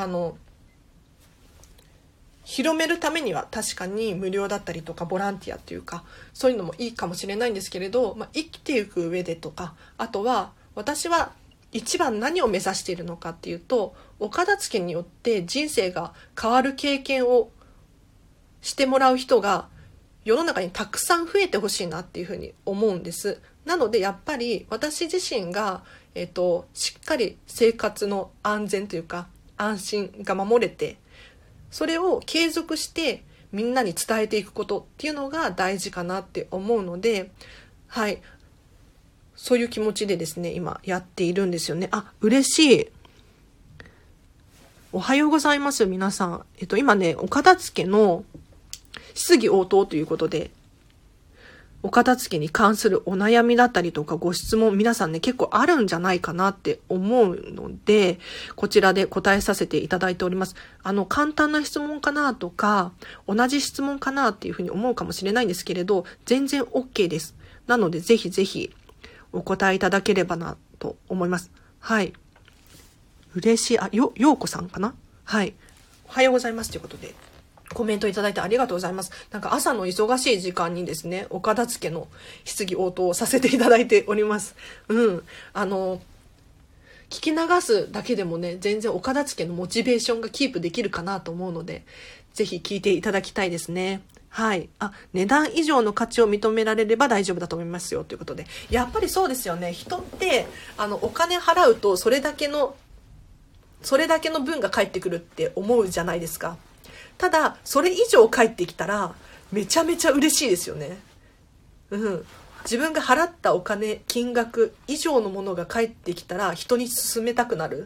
広めるためには確かに無料だったりとかボランティアっていうか、そういうのもいいかもしれないんですけれど、生きていく上でとか、あとは私は一番何を目指しているのかっていうと、お片付けによって人生が変わる経験をしてもらう人が世の中にたくさん増えてほしいなっていうふうに思うんです。なのでやっぱり私自身が、しっかり生活の安全というか安心が守れて、それを継続してみんなに伝えていくことっていうのが大事かなって思うので、はい、そういう気持ちでですね、今やっているんですよね。嬉しい。おはようございます、皆さん。今ね、お片付けの質疑応答ということで、お片付けに関するお悩みだったりとかご質問、皆さんね、結構あるんじゃないかなって思うので、こちらで答えさせていただいております。簡単な質問かなとか、同じ質問かなっていうふうに思うかもしれないんですけれど、全然 OK です。なので、ぜひぜひお答えいただければなと思います。はい。嬉しい。ようこさんかな？はい。おはようございますということで。コメントいただいてありがとうございます。なんか朝の忙しい時間にですね、お片付けの質疑応答をさせていただいております。聞き流すだけでもね、全然お片付けのモチベーションがキープできるかなと思うので、ぜひ聞いていただきたいですね。はい。値段以上の価値を認められれば大丈夫だと思いますよということで。やっぱりそうですよね。人って、お金払うとそれだけの分が返ってくるって思うじゃないですか。ただそれ以上返ってきたらめちゃめちゃ嬉しいですよね。自分が払ったお金、金額以上のものが返ってきたら人に勧めたくなる。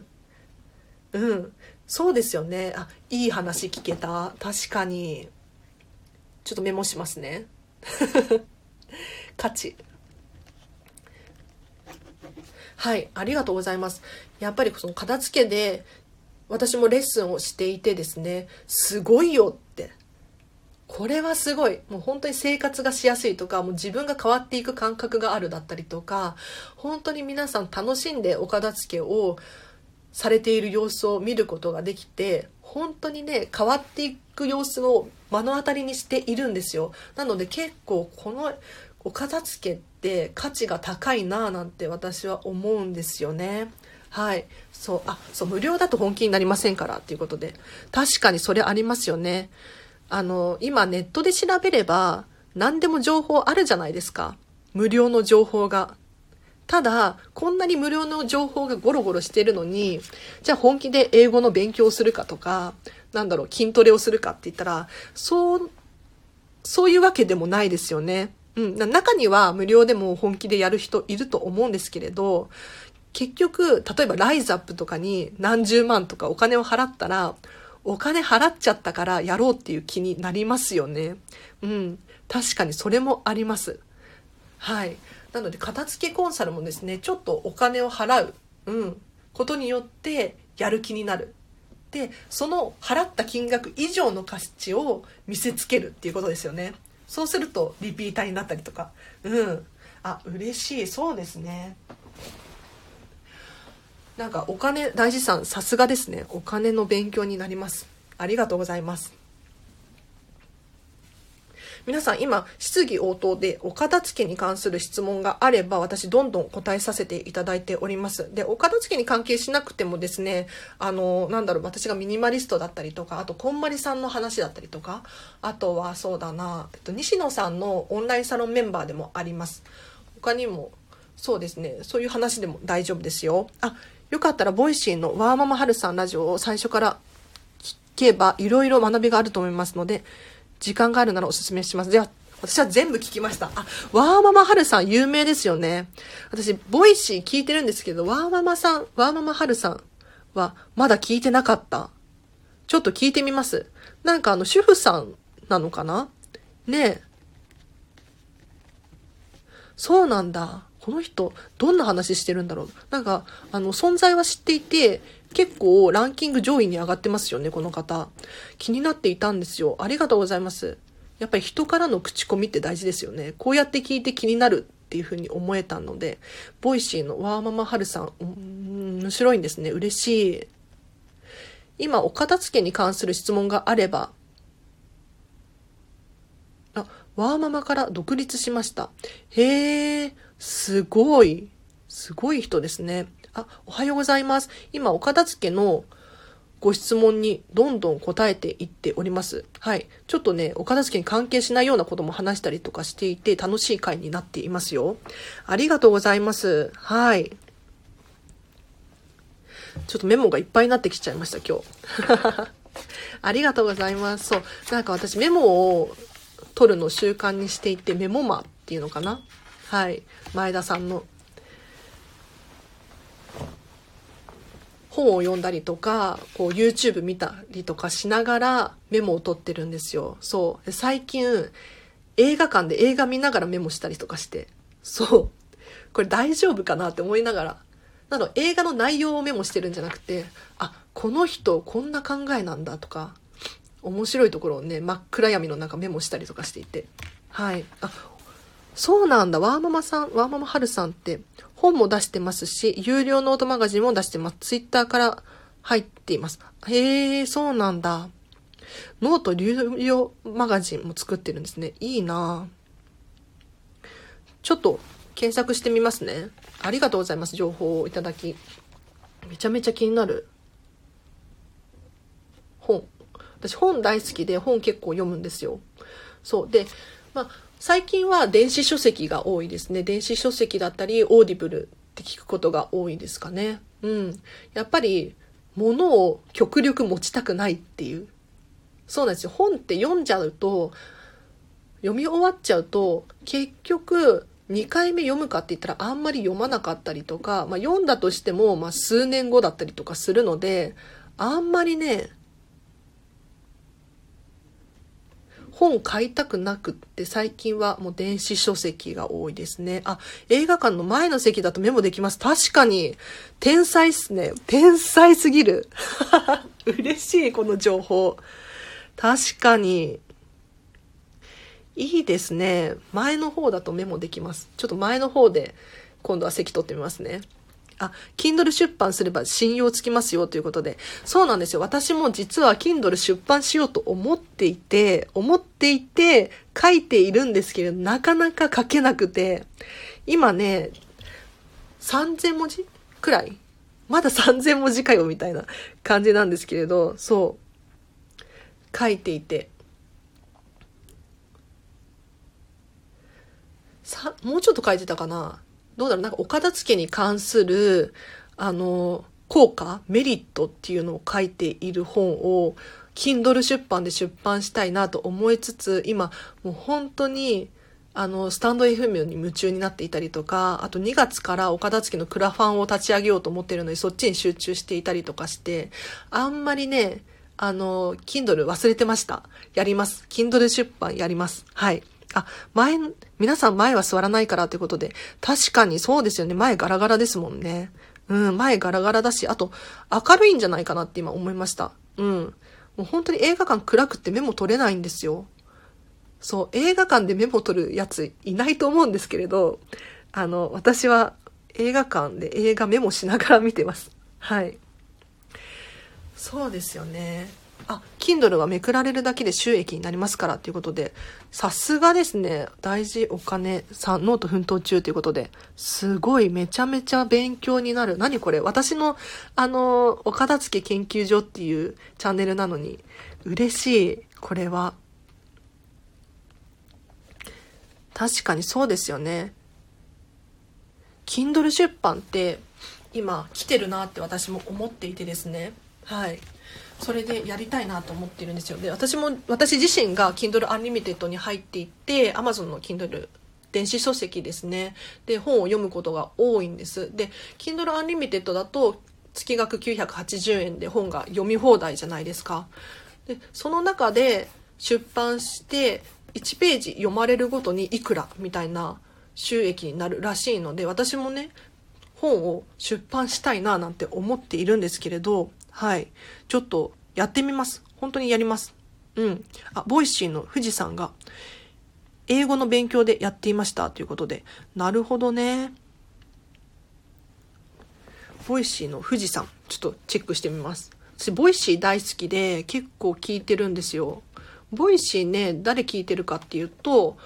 そうですよね。いい話聞けた。確かに。ちょっとメモしますね。価値。はい、ありがとうございます。やっぱりその片付けで私もレッスンをしていてですね、すごいよって。これはすごい。もう本当に生活がしやすいとか、もう自分が変わっていく感覚があるだったりとか、本当に皆さん楽しんでお片付けをされている様子を見ることができて、本当にね、変わっていく様子を目の当たりにしているんですよ。なので結構このお片付けって価値が高いなぁなんて私は思うんですよね。はい。そう、無料だと本気になりませんからっていうことで。確かにそれありますよね。今ネットで調べれば何でも情報あるじゃないですか。無料の情報がただ、こんなに無料の情報がゴロゴロしてるのに、じゃあ本気で英語の勉強をするかとか、筋トレをするかって言ったら、そういうわけでもないですよね。中には無料でも本気でやる人いると思うんですけれど、結局、例えばライズアップとかに何十万とかお金を払ったら、お金払っちゃったからやろうっていう気になりますよね。確かにそれもあります。はい。なので、片付けコンサルもですね、ちょっとお金を払う、ことによってやる気になる。で、その払った金額以上の価値を見せつけるっていうことですよね。そうするとリピーターになったりとか。嬉しい。そうですね。お金、大事さん、さすがですね。お金の勉強になります。ありがとうございます。皆さん今、質疑応答でお片付けに関する質問があれば、私どんどん答えさせていただいております。で、お片付けに関係しなくてもですね、私がミニマリストだったりとか、あと、こんまりさんの話だったりとか、あとはそうだな、西野さんのオンラインサロンメンバーでもあります。他にも、そうですね、そういう話でも大丈夫ですよ。よかったら、ボイシーのワーママハルさんラジオを最初から聞けば、いろいろ学びがあると思いますので、時間があるならおすすめします。では、私は全部聞きました。ワーママハルさん有名ですよね。私、ボイシー聞いてるんですけど、ワーママハルさんはまだ聞いてなかった。ちょっと聞いてみます。主婦さんなのかなねえ。そうなんだ。この人、どんな話してるんだろう。存在は知っていて、結構ランキング上位に上がってますよね、この方。気になっていたんですよ。ありがとうございます。やっぱり人からの口コミって大事ですよね。こうやって聞いて気になるっていう風に思えたので、ボイシーのワーママハルさん、面白いんですね。嬉しい。今、お片付けに関する質問があれば、ワーママから独立しました。へえ、すごい人ですね。おはようございます。今、お片付けのご質問にどんどん答えていっております。はい。ちょっとね、お片付けに関係しないようなことも話したりとかしていて、楽しい回になっていますよ。ありがとうございます。はい。ちょっとメモがいっぱいになってきちゃいました、今日。ありがとうございます。そう。私メモを取るのを習慣にしていて、メモマっていうのかな。はい。前田さんの本を読んだりとか、YouTube 見たりとかしながらメモを取ってるんですよ。そう。最近、映画館で映画見ながらメモしたりとかして。そう。これ大丈夫かなって思いながら。映画の内容をメモしてるんじゃなくて、この人こんな考えなんだとか、面白いところをね、真っ暗闇の中メモしたりとかしていて。はい。そうなんだ。ワーママハルさんって本も出してますし、有料ノートマガジンも出してます。ツイッターから入っています。へえ、そうなんだ。ノート有料マガジンも作ってるんですね。いいなぁ。ちょっと検索してみますね。ありがとうございます。情報をいただき。めちゃめちゃ気になる。私本大好きで本結構読むんですよ。そう。で、最近は電子書籍が多いですね。電子書籍だったり、オーディブルって聞くことが多いですかね。やっぱり、物を極力持ちたくないっていう。そうなんですよ。本って読んじゃうと、読み終わっちゃうと、結局、2回目読むかって言ったらあんまり読まなかったりとか、読んだとしても、数年後だったりとかするので、あんまりね、本買いたくなくって最近はもう電子書籍が多いですね。映画館の前の席だとメモできます。確かに。天才っすね。天才すぎる。嬉しい、この情報。確かに。いいですね。前の方だとメモできます。ちょっと前の方で今度は席取ってみますね。Kindle 出版すれば信用つきますよということで。そうなんですよ。私も実は Kindle 出版しようと思っていて、書いているんですけれど、なかなか書けなくて、今ね、3000文字くらいまだ3000文字かよみたいな感じなんですけれど、そう。書いていて。もうちょっと書いてたかな。 どうだろう、なんかお片付けに関する、効果、メリットっていうのを書いている本を、Kindle 出版で出版したいなと思いつつ、今、もう本当に、スタンド FM に夢中になっていたりとか、あと2月からお片付けのクラファンを立ち上げようと思っているので、そっちに集中していたりとかして、あんまりね、Kindle 忘れてました。やります。Kindle 出版やります。はい。あ、皆さん前は座らないからということで、確かにそうですよね。前ガラガラですもんね。前ガラガラだし、あと、明るいんじゃないかなって今思いました。もう本当に映画館暗くってメモ取れないんですよ。そう、映画館でメモ取るやついないと思うんですけれど、私は映画館で映画メモしながら見てます。はい。そうですよね。Kindle はめくられるだけで収益になりますからということで、さすがですね。大事お金さん、ノート奮闘中ということで、すごいめちゃめちゃ勉強になる。何これ、私の、お片付け研究所っていうチャンネルなのに、嬉しい。これは。確かにそうですよね。Kindle 出版って今来てるなって私も思っていてですね。はい。それでやりたいなと思っているんですよ。で、私自身が Kindle Unlimited に入っていって、Amazon の Kindle 電子書籍ですね。で、本を読むことが多いんです。で、Kindle Unlimited だと月額980円で本が読み放題じゃないですか。で、その中で出版して1ページ読まれるごとにいくらみたいな収益になるらしいので、私もね、本を出版したいななんて思っているんですけれど、はい。ちょっとやってみます。本当にやります。ボイシーの富士さんが、英語の勉強でやっていましたということで、なるほどね。ボイシーの富士さん、ちょっとチェックしてみます。私、ボイシー大好きで結構聞いてるんですよ。ボイシーね、誰聞いてるかっていうと、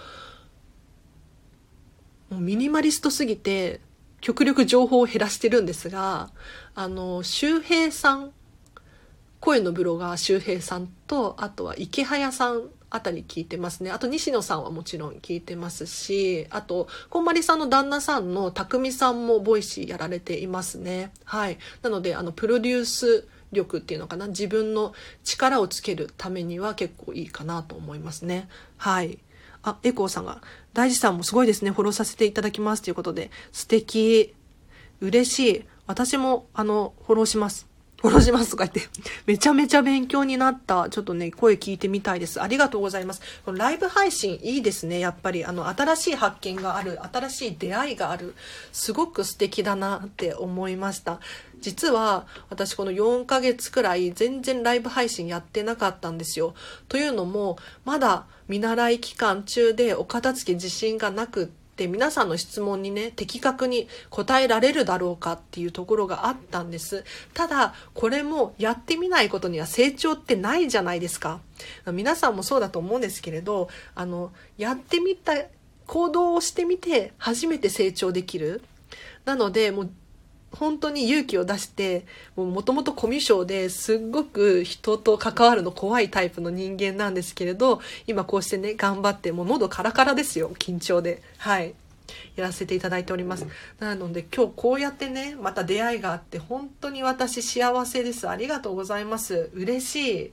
もうミニマリストすぎて、極力情報を減らしてるんですが、周平さん、声のブロガー周平さんと、あとは池早さんあたり聞いてますね。あと西野さんはもちろん聞いてますし、あとこんまりさんの旦那さんの匠さんもボイシーやられていますね。はい。なのでプロデュース力っていうのかな、自分の力をつけるためには結構いいかなと思いますね。はい。エコーさんが、大地さんもすごいですね。フォローさせていただきますということで、素敵。嬉しい。私もフォローします。フォローしますとか言って、めちゃめちゃ勉強になった。ちょっとね、声聞いてみたいです。ありがとうございます。このライブ配信いいですね。やっぱり、新しい発見がある、新しい出会いがある。すごく素敵だなって思いました。実は、私この4ヶ月くらい全然ライブ配信やってなかったんですよ。というのも、まだ見習い期間中でお片付け自信がなくって、で皆さんの質問にね、的確に答えられるだろうかっていうところがあったんです。ただこれもやってみないことには成長ってないじゃないですか。皆さんもそうだと思うんですけれど、やってみた行動をしてみて初めて成長できる。なのでもう本当に勇気を出して、もともとコミュ障ですっごく人と関わるの怖いタイプの人間なんですけれど、今こうしてね頑張って、もう喉カラカラですよ、緊張で。はい、やらせていただいております。なので今日こうやってねまた出会いがあって本当に私幸せです。ありがとうございます。嬉しい。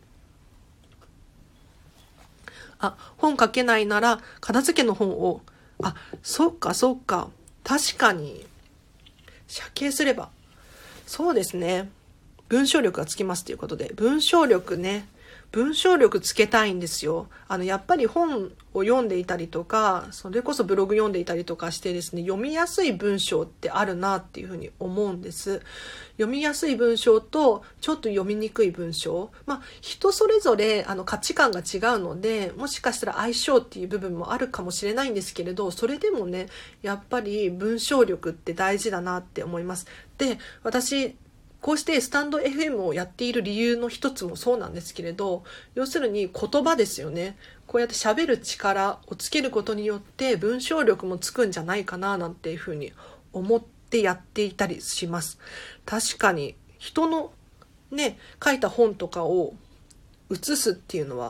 本書けないなら片付けの本を、そっかそっか、確かに写経すれば、そうですね。文章力がつきますということで、文章力ね。文章力つけたいんですよ。やっぱり本を読んでいたりとか、それこそブログ読んでいたりとかしてですね、読みやすい文章ってあるなっていうふうに思うんです。読みやすい文章と、ちょっと読みにくい文章。人それぞれ価値観が違うので、もしかしたら相性っていう部分もあるかもしれないんですけれど、それでもね、やっぱり文章力って大事だなって思います。で、私、こうしてスタンド FM をやっている理由の一つもそうなんですけれど、要するに言葉ですよね。こうやって喋る力をつけることによって文章力もつくんじゃないかななんていうふうに思ってやっていたりします。確かに人のね、書いた本とかを写すっていうのは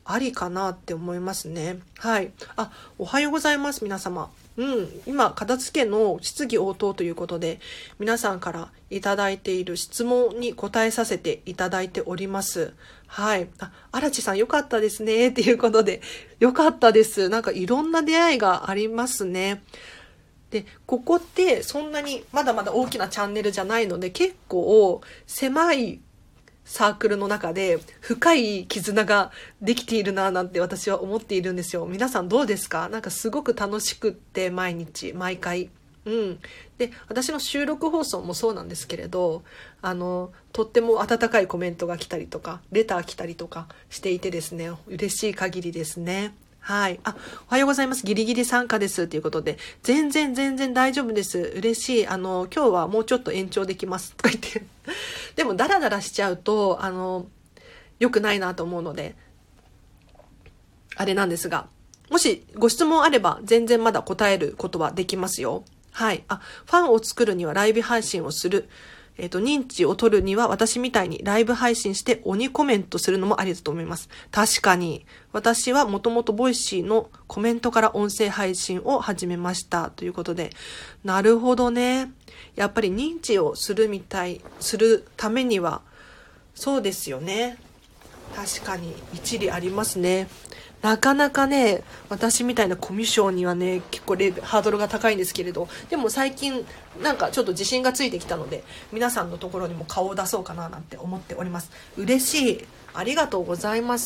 ありかなって思いますね。はい。おはようございます、皆様。今、片付けの質疑応答ということで、皆さんからいただいている質問に答えさせていただいております。はい。荒地さんよかったですね。っていうことで、よかったです。なんかいろんな出会いがありますね。で、ここってそんなにまだまだ大きなチャンネルじゃないので、結構狭いサークルの中で深い絆ができているななんて私は思っているんですよ。皆さんどうですか？なんかすごく楽しくって毎日、毎回。で、私の収録放送もそうなんですけれど、とっても温かいコメントが来たりとか、レター来たりとかしていてですね、嬉しい限りですね。はい。おはようございます。ギリギリ参加です。ということで、全然大丈夫です。嬉しい。今日はもうちょっと延長できます。とか言って。でも、ダラダラしちゃうと、良くないなと思うので、あれなんですが、もしご質問あれば、全然まだ答えることはできますよ。はい。ファンを作るにはライブ配信をする。認知を取るには私みたいにライブ配信して鬼コメントするのもありだと思います。確かに。私はもともとボイシーのコメントから音声配信を始めました。ということで。なるほどね。やっぱり認知をするためには、そうですよね。確かに一理ありますね。なかなかね、私みたいなコミュ障にはね、結構ハードルが高いんですけれど、でも最近なんかちょっと自信がついてきたので、皆さんのところにも顔を出そうかななんて思っております。嬉しい。ありがとうございます。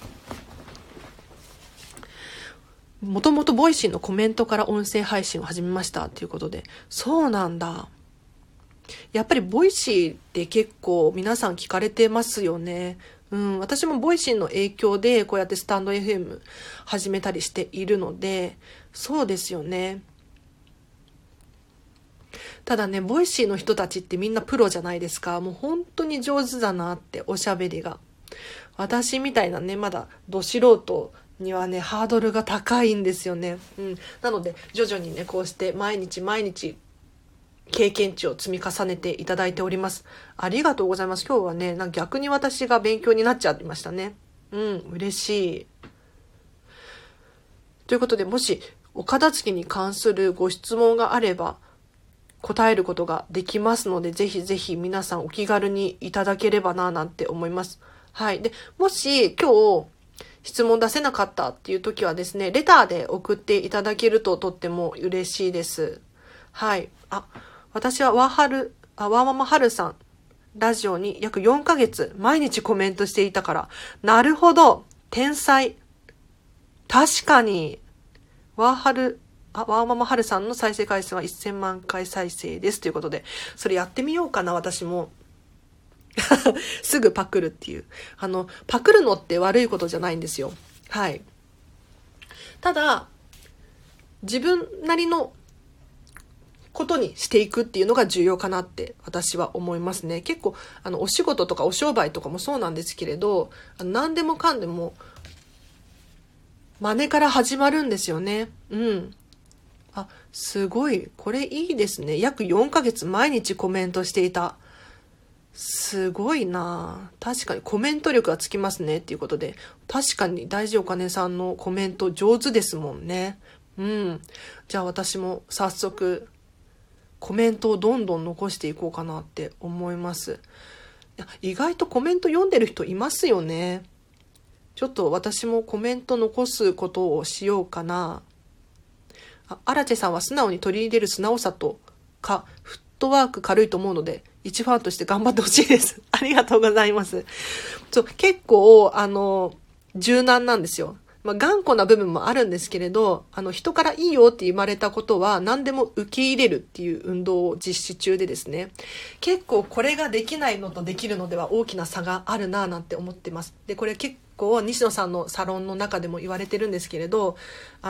もともとボイシーのコメントから音声配信を始めましたということで、そうなんだ。やっぱりボイシーって結構皆さん聞かれてますよね。私もボイシーの影響でこうやってスタンド FM 始めたりしているので、そうですよね。ただね、ボイシーの人たちってみんなプロじゃないですか。もう本当に上手だなって、おしゃべりが。私みたいなね、まだど素人にはね、ハードルが高いんですよね。なので、徐々にね、こうして毎日経験値を積み重ねていただいております。ありがとうございます。今日はね、逆に私が勉強になっちゃいましたね。嬉しい。ということで、もしお片付けに関するご質問があれば答えることができますので、ぜひぜひ皆さんお気軽にいただければななんて思います。はい。で、もし今日質問出せなかったっていう時はですね、レターで送っていただけるととっても嬉しいです。はい。私はワーママハルさん、ラジオに約4ヶ月毎日コメントしていたから、なるほど、天才。確かに、ワーママハルさんの再生回数は1000万回再生ですということで、それやってみようかな、私も。すぐパクるっていう。パクるのって悪いことじゃないんですよ。はい。ただ、自分なりのことにしていくっていうのが重要かなって私は思いますね。結構お仕事とかお商売とかもそうなんですけれど、何でもかんでも真似から始まるんですよね。すごい、これいいですね。約4ヶ月毎日コメントしていた。すごいな。確かにコメント力がつきますねっていうことで、確かに大事お金さんのコメント上手ですもんね。じゃあ私も早速コメントをどんどん残していこうかなって思います。意外とコメント読んでる人いますよね。ちょっと私もコメント残すことをしようかな。アラチェさんは素直に取り入れる素直さとフットワーク軽いと思うので、一ファンとして頑張ってほしいです。ありがとうございます。結構、柔軟なんですよ。頑固な部分もあるんですけれど、人からいいよって言われたことは何でも受け入れるっていう運動を実施中でですね、結構これができないのとできるのでは大きな差があるなぁなんて思ってます。で、これ結構西野さんのサロンの中でも言われてるんですけれど、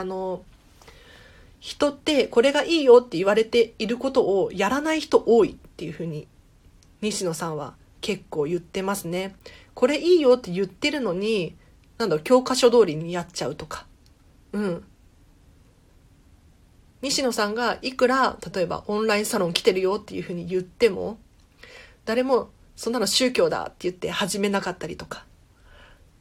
人ってこれがいいよって言われていることをやらない人多いっていうふうに西野さんは結構言ってますね。これいいよって言ってるのに、教科書通りにやっちゃうとか。西野さんがいくら、例えばオンラインサロン来てるよっていうふうに言っても、誰もそんなの宗教だって言って始めなかったりとか。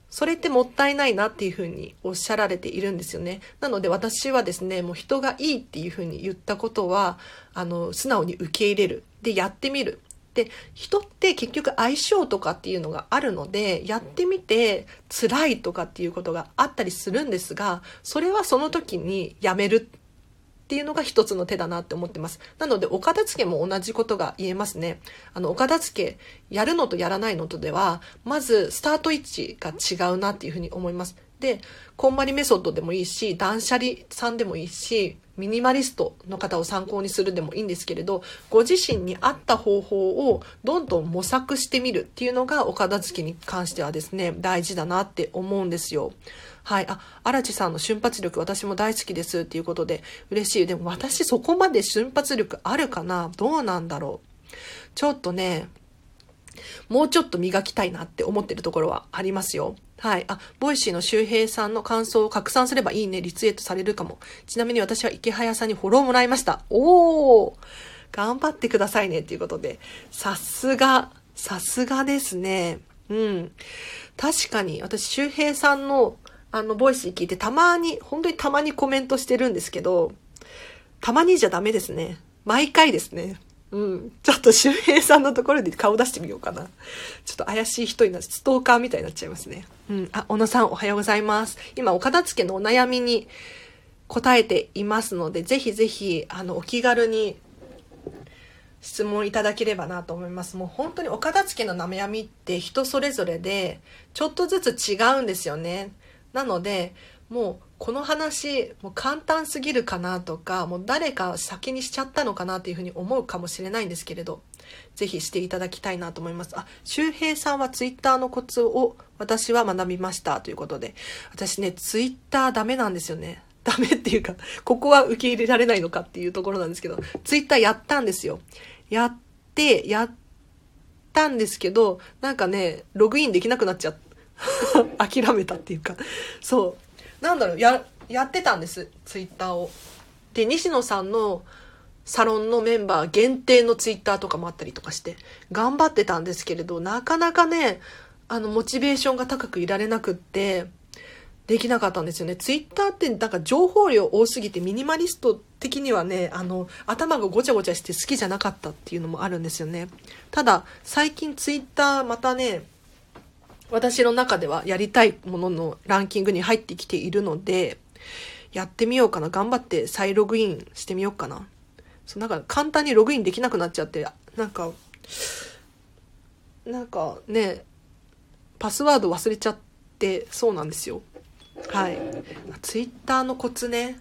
それってもったいないなっていうふうにおっしゃられているんですよね。なので私はですね、もう人がいいっていうふうに言ったことは、素直に受け入れる。で、やってみる。で、人って結局相性とかっていうのがあるので、やってみて辛いとかっていうことがあったりするんですが、それはその時にやめるっていうのが一つの手だなって思ってます。なので、お片付けも同じことが言えますね。お片付け、やるのとやらないのとでは、まず、スタート位置が違うなっていうふうに思います。で、こんまりメソッドでもいいし、断捨離さんでもいいし、ミニマリストの方を参考にするでもいいんですけれど、ご自身に合った方法をどんどん模索してみるっていうのがお片付けに関してはですね、大事だなって思うんですよ。はい。荒地さんの瞬発力私も大好きですっていうことで嬉しい。でも私そこまで瞬発力あるかな？どうなんだろう。ちょっとね、もうちょっと磨きたいなって思ってるところはありますよ。はい。ボイシーの周平さんの感想を拡散すればいいね、リツイートされるかも。ちなみに私は池早さんにフォローもらいました。おー！頑張ってくださいねっていうことで。さすがですね。うん。確かに、私、周平さんのボイス聞いて本当にたまにコメントしてるんですけど、たまにじゃダメですね。毎回ですね。うん。ちょっと周平さんのところで顔出してみようかな。ちょっと怪しい人になって、ストーカーみたいになっちゃいますね。うん。小野さんおはようございます。今、お片付けのお悩みに答えていますので、ぜひぜひ、お気軽に質問いただければなと思います。もう本当にお片付けの悩みって人それぞれで、ちょっとずつ違うんですよね。なので、もうこの話、もう簡単すぎるかなとか、もう誰か先にしちゃったのかなというふうに思うかもしれないんですけれど、ぜひしていただきたいなと思います。周平さんはツイッターのコツを私は学びましたということで、私ね、ツイッターダメなんですよね。ダメっていうか、ここは受け入れられないのかっていうところなんですけど、ツイッターやったんですよ。やったんですけど、なんかね、ログインできなくなっちゃった。諦めたっていうか。そう。なんだろう、やってたんです、ツイッターを。で、西野さんのサロンのメンバー限定のツイッターとかもあったりとかして、頑張ってたんですけれど、なかなかね、モチベーションが高くいられなくって、できなかったんですよね。ツイッターってなんか情報量多すぎてミニマリスト的にはね、頭がごちゃごちゃして好きじゃなかったっていうのもあるんですよね。ただ、最近ツイッターまたね、私の中ではやりたいもののランキングに入ってきているので、やってみようかな。頑張って再ログインしてみようかな。なんか簡単にログインできなくなっちゃって、なんかね、パスワード忘れちゃってそうなんですよ。はい。ツイッターのコツね。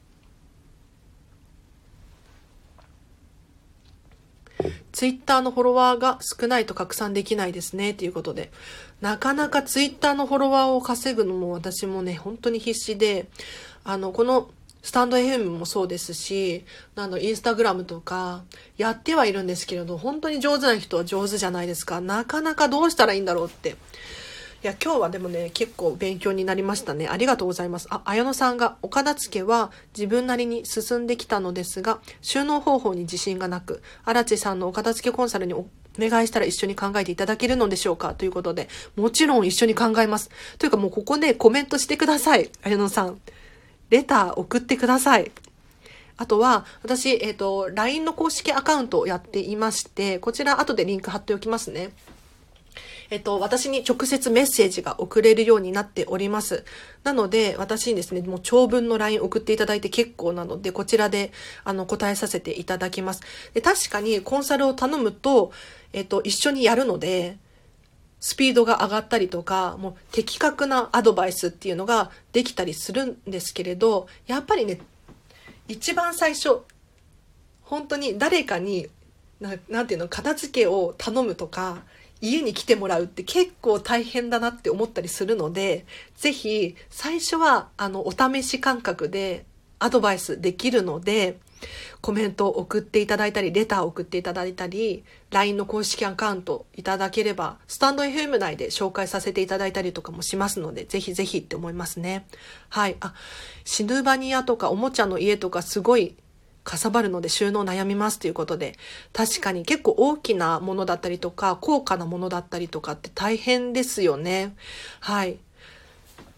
ツイッターのフォロワーが少ないと拡散できないですね。ということで。なかなかツイッターのフォロワーを稼ぐのも私もね、本当に必死で、このスタンド FM もそうですし、インスタグラムとかやってはいるんですけれど、本当に上手な人は上手じゃないですか。なかなかどうしたらいいんだろうって。いや、今日はでもね、結構勉強になりましたね。ありがとうございます。綾野さんが、お片付けは自分なりに進んできたのですが、収納方法に自信がなく、荒地さんのお片付けコンサルにお願いしたら一緒に考えていただけるのでしょうかということで、もちろん一緒に考えます。というかもうここでコメントしてください。綾野さん。レター送ってください。あとは、私、LINE の公式アカウントをやっていまして、こちら後でリンク貼っておきますね。私に直接メッセージが送れるようになっております。なので、私にですね、もう長文の LINE 送っていただいて結構なので、こちらで、答えさせていただきます。で、確かにコンサルを頼むと、一緒にやるので、スピードが上がったりとか、もう的確なアドバイスっていうのができたりするんですけれど、やっぱりね、一番最初、本当に誰かに、なんていうの、片付けを頼むとか、家に来てもらうって結構大変だなって思ったりするので、ぜひ最初はお試し感覚でアドバイスできるので、コメントを送っていただいたり、レターを送っていただいたり、LINE の公式アカウントいただければ、スタンド FM 内で紹介させていただいたりとかもしますので、ぜひぜひって思いますね。はい。シヌバニアとかおもちゃの家とかすごいかさばるので収納悩みますということで、確かに結構大きなものだったりとか高価なものだったりとかって大変ですよね。はい。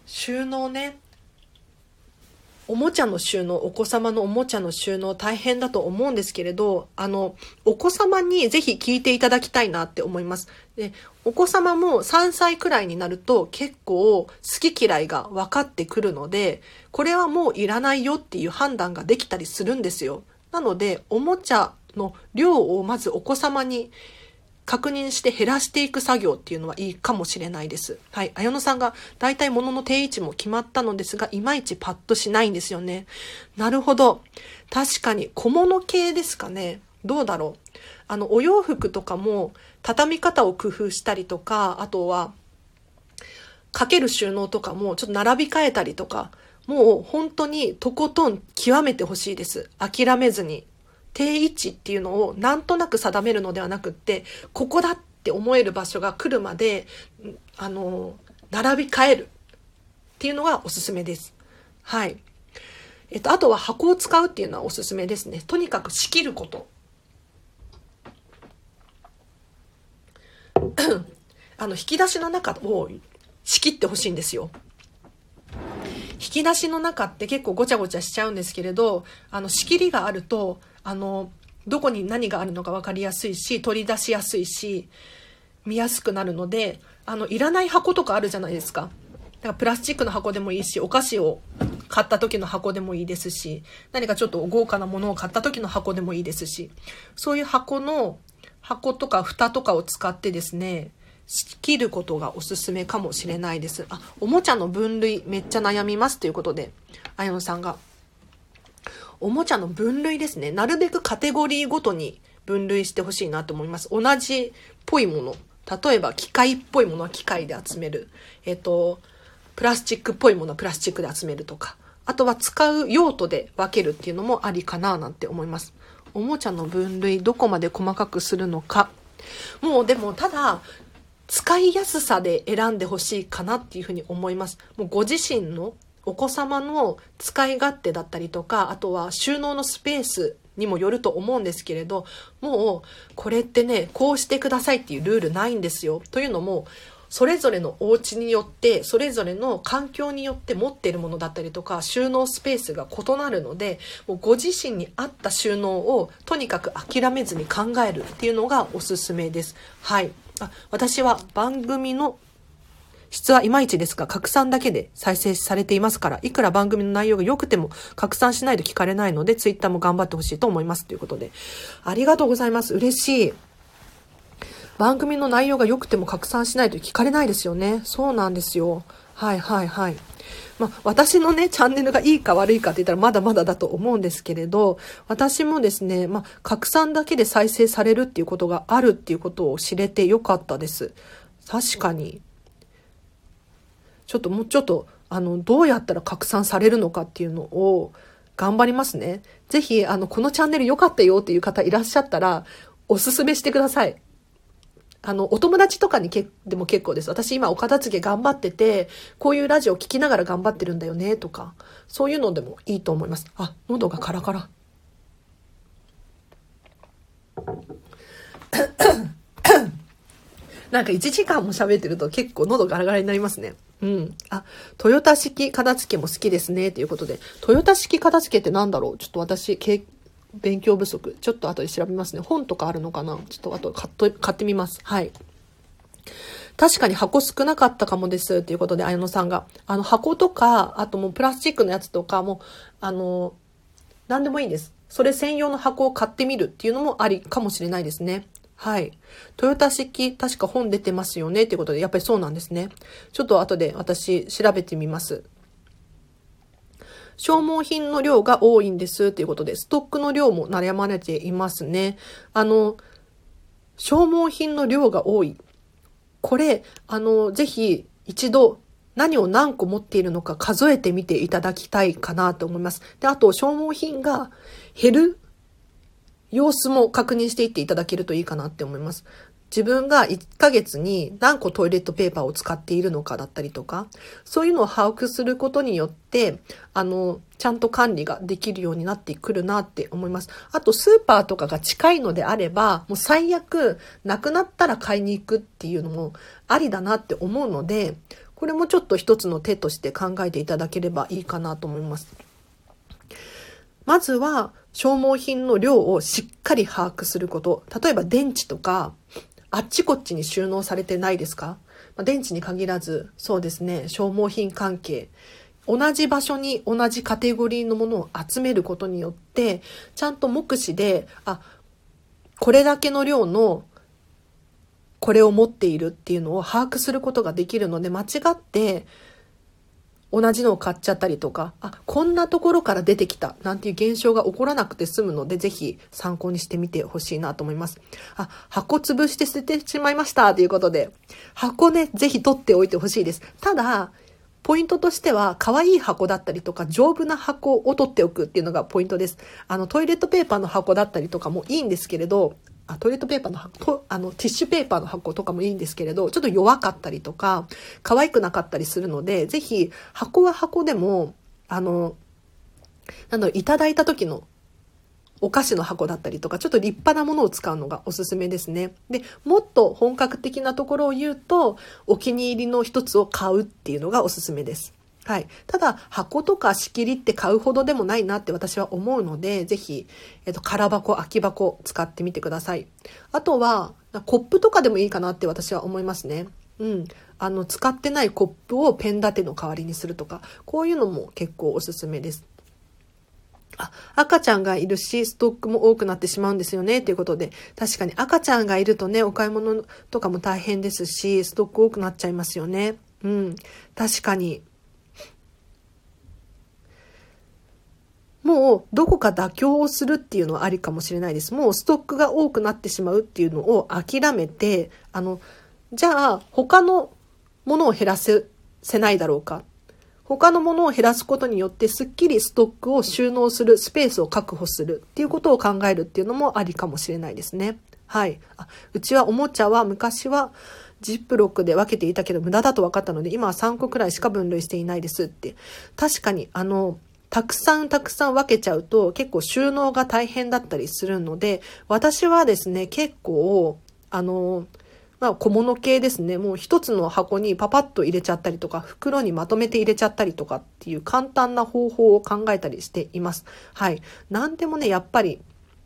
収納ね。おもちゃの収納、お子様のおもちゃの収納大変だと思うんですけれど、お子様にぜひ聞いていただきたいなって思います。で、お子様も3歳くらいになると結構好き嫌いが分かってくるので、これはもういらないよっていう判断ができたりするんですよ。なので、おもちゃの量をまずお子様に確認して減らしていく作業っていうのはいいかもしれないです。はい。綾野さんが大体物の定位置も決まったのですが、いまいちパッとしないんですよね。なるほど。確かに小物系ですかね。どうだろう。お洋服とかも畳み方を工夫したりとか、あとはかける収納とかもちょっと並び替えたりとか、もう本当にとことん極めてほしいです。諦めずに。定位置っていうのをなんとなく定めるのではなくって、ここだって思える場所が来るまで、並び替えるっていうのがおすすめです。はい。あとは箱を使うっていうのはおすすめですね。とにかく仕切ること。引き出しの中を仕切ってほしいんですよ。引き出しの中って結構ごちゃごちゃしちゃうんですけれど、仕切りがあると、どこに何があるのか分かりやすいし、取り出しやすいし、見やすくなるので、いらない箱とかあるじゃないですか。だからプラスチックの箱でもいいし、お菓子を買った時の箱でもいいですし、何かちょっと豪華なものを買った時の箱でもいいですし、そういう箱とか蓋とかを使ってですね、仕切ることがおすすめかもしれないです。おもちゃの分類めっちゃ悩みますということで、綾野さんが。おもちゃの分類ですね。なるべくカテゴリーごとに分類してほしいなと思います。同じっぽいもの。例えば機械っぽいものは機械で集める。プラスチックっぽいものはプラスチックで集めるとか。あとは使う用途で分けるっていうのもありかななんて思います。おもちゃの分類どこまで細かくするのか。もうでもただ、使いやすさで選んでほしいかなっていうふうに思います。もうご自身のお子様の使い勝手だったりとか、あとは収納のスペースにもよると思うんですけれど、もうこれってね、こうしてくださいっていうルールないんですよ。というのも、それぞれのお家によって、それぞれの環境によって持っているものだったりとか、収納スペースが異なるので、もうご自身に合った収納をとにかく諦めずに考えるっていうのがおすすめです。はい。私は番組の質はいまいちですが、拡散だけで再生されていますから、いくら番組の内容が良くても拡散しないと聞かれないので、ツイッターも頑張ってほしいと思います。ということで。ありがとうございます。嬉しい。番組の内容が良くても拡散しないと聞かれないですよね。そうなんですよ。はいはいはい。私のね、チャンネルがいいか悪いかって言ったらまだまだだと思うんですけれど、私もですね、拡散だけで再生されるっていうことがあるっていうことを知れてよかったです。確かに。もうちょっと、どうやったら拡散されるのかっていうのを頑張りますね。ぜひ、このチャンネル良かったよっていう方いらっしゃったら、おすすめしてください。お友達とかにでも結構です。私今お片付け頑張ってて、こういうラジオ聞きながら頑張ってるんだよね、とか、そういうのでもいいと思います。喉がカラカラ。なんか1時間も喋ってると結構喉ガラガラになりますね。うん。トヨタ式片付けも好きですね。ということで。トヨタ式片付けってなんだろう？ちょっと私、勉強不足。ちょっと後で調べますね。本とかあるのかな？ちょっと後で買ってみます。はい。確かに箱少なかったかもです。ということで、綾野さんが。箱とか、あともうプラスチックのやつとかも、なんでもいいです。それ専用の箱を買ってみるっていうのもありかもしれないですね。はい。トヨタ式、確か本出てますよねっていうことで、やっぱりそうなんですね。ちょっと後で私調べてみます。消耗品の量が多いんですっていうことで、ストックの量も悩まれていますね。消耗品の量が多い。これ、ぜひ一度何を何個持っているのか数えてみていただきたいかなと思います。で、あと消耗品が減る様子も確認していっていただけるといいかなって思います。自分が1ヶ月に何個トイレットペーパーを使っているのかだったりとか、そういうのを把握することによって、ちゃんと管理ができるようになってくるなって思います。あと、スーパーとかが近いのであれば、もう最悪、なくなったら買いに行くっていうのもありだなって思うので、 これもちょっと一つの手として考えていただければいいかなと思います。まずは消耗品の量をしっかり把握すること。例えば電池とかあっちこっちに収納されてないですか？電池に限らずそうですね、消耗品関係。同じ場所に同じカテゴリーのものを集めることによってちゃんと目視でこれだけの量のこれを持っているっていうのを把握することができるので、間違って同じのを買っちゃったりとか、こんなところから出てきたなんていう現象が起こらなくて済むので、ぜひ参考にしてみてほしいなと思います。箱潰して捨ててしまいましたということで、箱ね、ぜひ取っておいてほしいです。ただポイントとしては、可愛い箱だったりとか、丈夫な箱を取っておくっていうのがポイントです。トイレットペーパーの箱だったりとかもいいんですけれど、トイレットペーパーの箱、ティッシュペーパーの箱とかもいいんですけれど、ちょっと弱かったりとか、可愛くなかったりするので、ぜひ、箱は箱でも、いただいた時のお菓子の箱だったりとか、ちょっと立派なものを使うのがおすすめですね。で、もっと本格的なところを言うと、お気に入りの一つを買うっていうのがおすすめです。はい。ただ、箱とか仕切りって買うほどでもないなって私は思うので、ぜひ、空箱、空き箱使ってみてください。あとは、コップとかでもいいかなって私は思いますね。使ってないコップをペン立ての代わりにするとか、こういうのも結構おすすめです。赤ちゃんがいるし、ストックも多くなってしまうんですよね、ということで。確かに赤ちゃんがいるとね、お買い物とかも大変ですし、ストック多くなっちゃいますよね。確かに。もうどこか妥協をするっていうのはありかもしれないです。もうストックが多くなってしまうっていうのを諦めて、じゃあ他のものを減らせないだろうか。他のものを減らすことによってすっきりストックを収納するスペースを確保するっていうことを考えるっていうのもありかもしれないですね。はい。うちはおもちゃは昔はジップロックで分けていたけど無駄だと分かったので今は3個くらいしか分類していないですって。確かにたくさん分けちゃうと結構収納が大変だったりするので、私はですね、結構小物系ですね。もう一つの箱にパパッと入れちゃったりとか、袋にまとめて入れちゃったりとかっていう簡単な方法を考えたりしています。はい。なんでもね、やっぱり、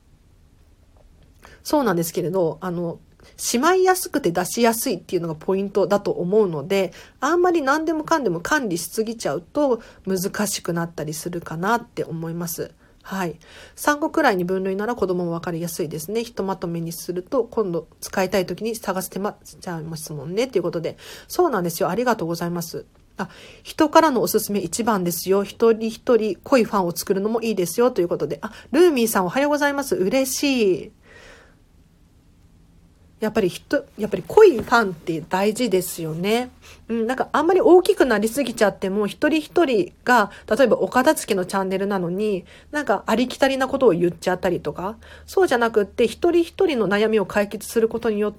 そうなんですけれど、しまいやすくて出しやすいっていうのがポイントだと思うので、あんまり何でもかんでも管理しすぎちゃうと難しくなったりするかなって思います。はい。3個くらいに分類なら子供も分かりやすいですね。ひとまとめにすると今度使いたい時に探してちゃいますもんね。ということで。そうなんですよ。ありがとうございます。人からのおすすめ一番ですよ。一人一人濃いファンを作るのもいいですよ。ということで。ルーミーさんおはようございます。嬉しい。やっぱり濃いファンって大事ですよね。なんかあんまり大きくなりすぎちゃっても一人一人が例えばお片付けのチャンネルなのになんかありきたりなことを言っちゃったりとか、そうじゃなくって一人一人の悩みを解決することによって、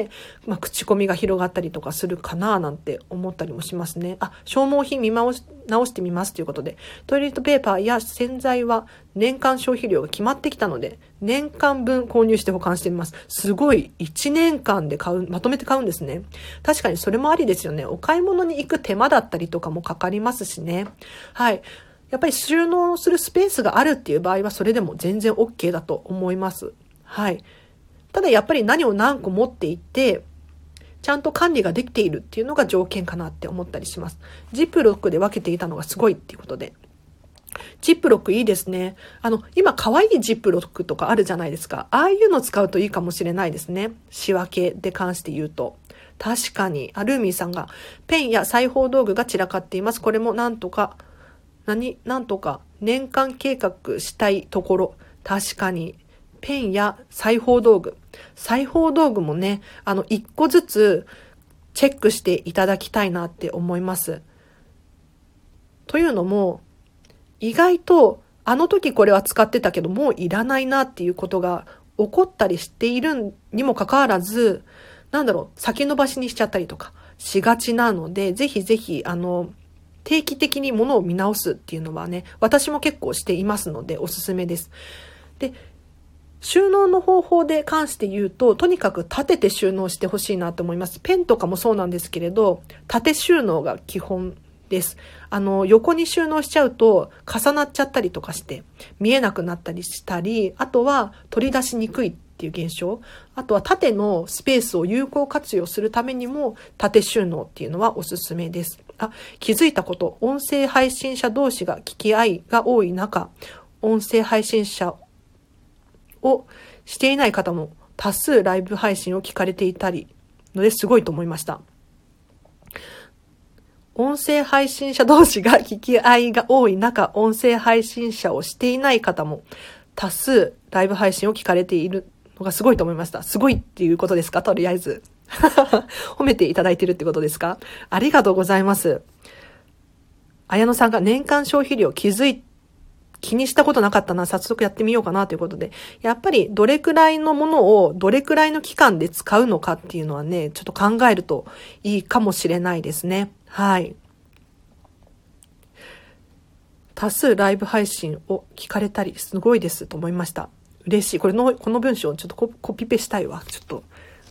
口コミが広がったりとかするかななんて思ったりもしますね。消耗品直してみますということで、トイレットペーパーや洗剤は年間消費量が決まってきたので年間分購入して保管してみます。すごい1年間でまとめて買うんですね。確かにそれもありですよね。お買い物に行く手間だったりとかもかかりますしね。はい。やっぱり収納するスペースがあるっていう場合はそれでも全然 OK だと思います。はい。ただやっぱり何を何個持っていってちゃんと管理ができているっていうのが条件かなって思ったりします。ジップロックで分けていたのがすごいっていうことで。ジップロックいいですね。今可愛いジップロックとかあるじゃないですか。ああいうの使うといいかもしれないですね。仕分けで関して言うと。確かに。ルーミーさんが、ペンや裁縫道具が散らかっています。これもなんとか年間計画したいところ。確かに。ペンや裁縫道具。裁縫道具もね、一個ずつチェックしていただきたいなって思います。というのも、意外とあの時これは使ってたけどもういらないなっていうことが起こったりしているにもかかわらず、先延ばしにしちゃったりとかしがちなので、ぜひぜひ定期的に物を見直すっていうのはね、私も結構していますのでおすすめです。で、 収納の方法で関して言うと、とにかく立てて収納してほしいなと思います。ペンとかもそうなんですけれど、縦収納が基本です。横に収納しちゃうと重なっちゃったりとかして見えなくなったりしたり、あとは取り出しにくいっていう現象、あとは縦のスペースを有効活用するためにも縦収納っていうのはおすすめです。気づいたこと、音声配信者同士が聞き合いが多い中、音声配信者をしていない方も多数ライブ配信を聞かれていたりのですごいと思いました。音声配信者同士が聞き合いが多い中、音声配信者をしていない方も多数ライブ配信を聞かれているのがすごいと思いました。すごいっていうことですか？とりあえず。褒めていただいてるってことですか？ありがとうございます。綾野さんが年間消費量気にしたことなかったな、早速やってみようかなということで、やっぱりどれくらいのものをどれくらいの期間で使うのかっていうのはね、ちょっと考えるといいかもしれないですね。はい。多数ライブ配信を聞かれたり、すごいですと思いました。嬉しい。この文章をちょっとコピペしたいわ。ちょっと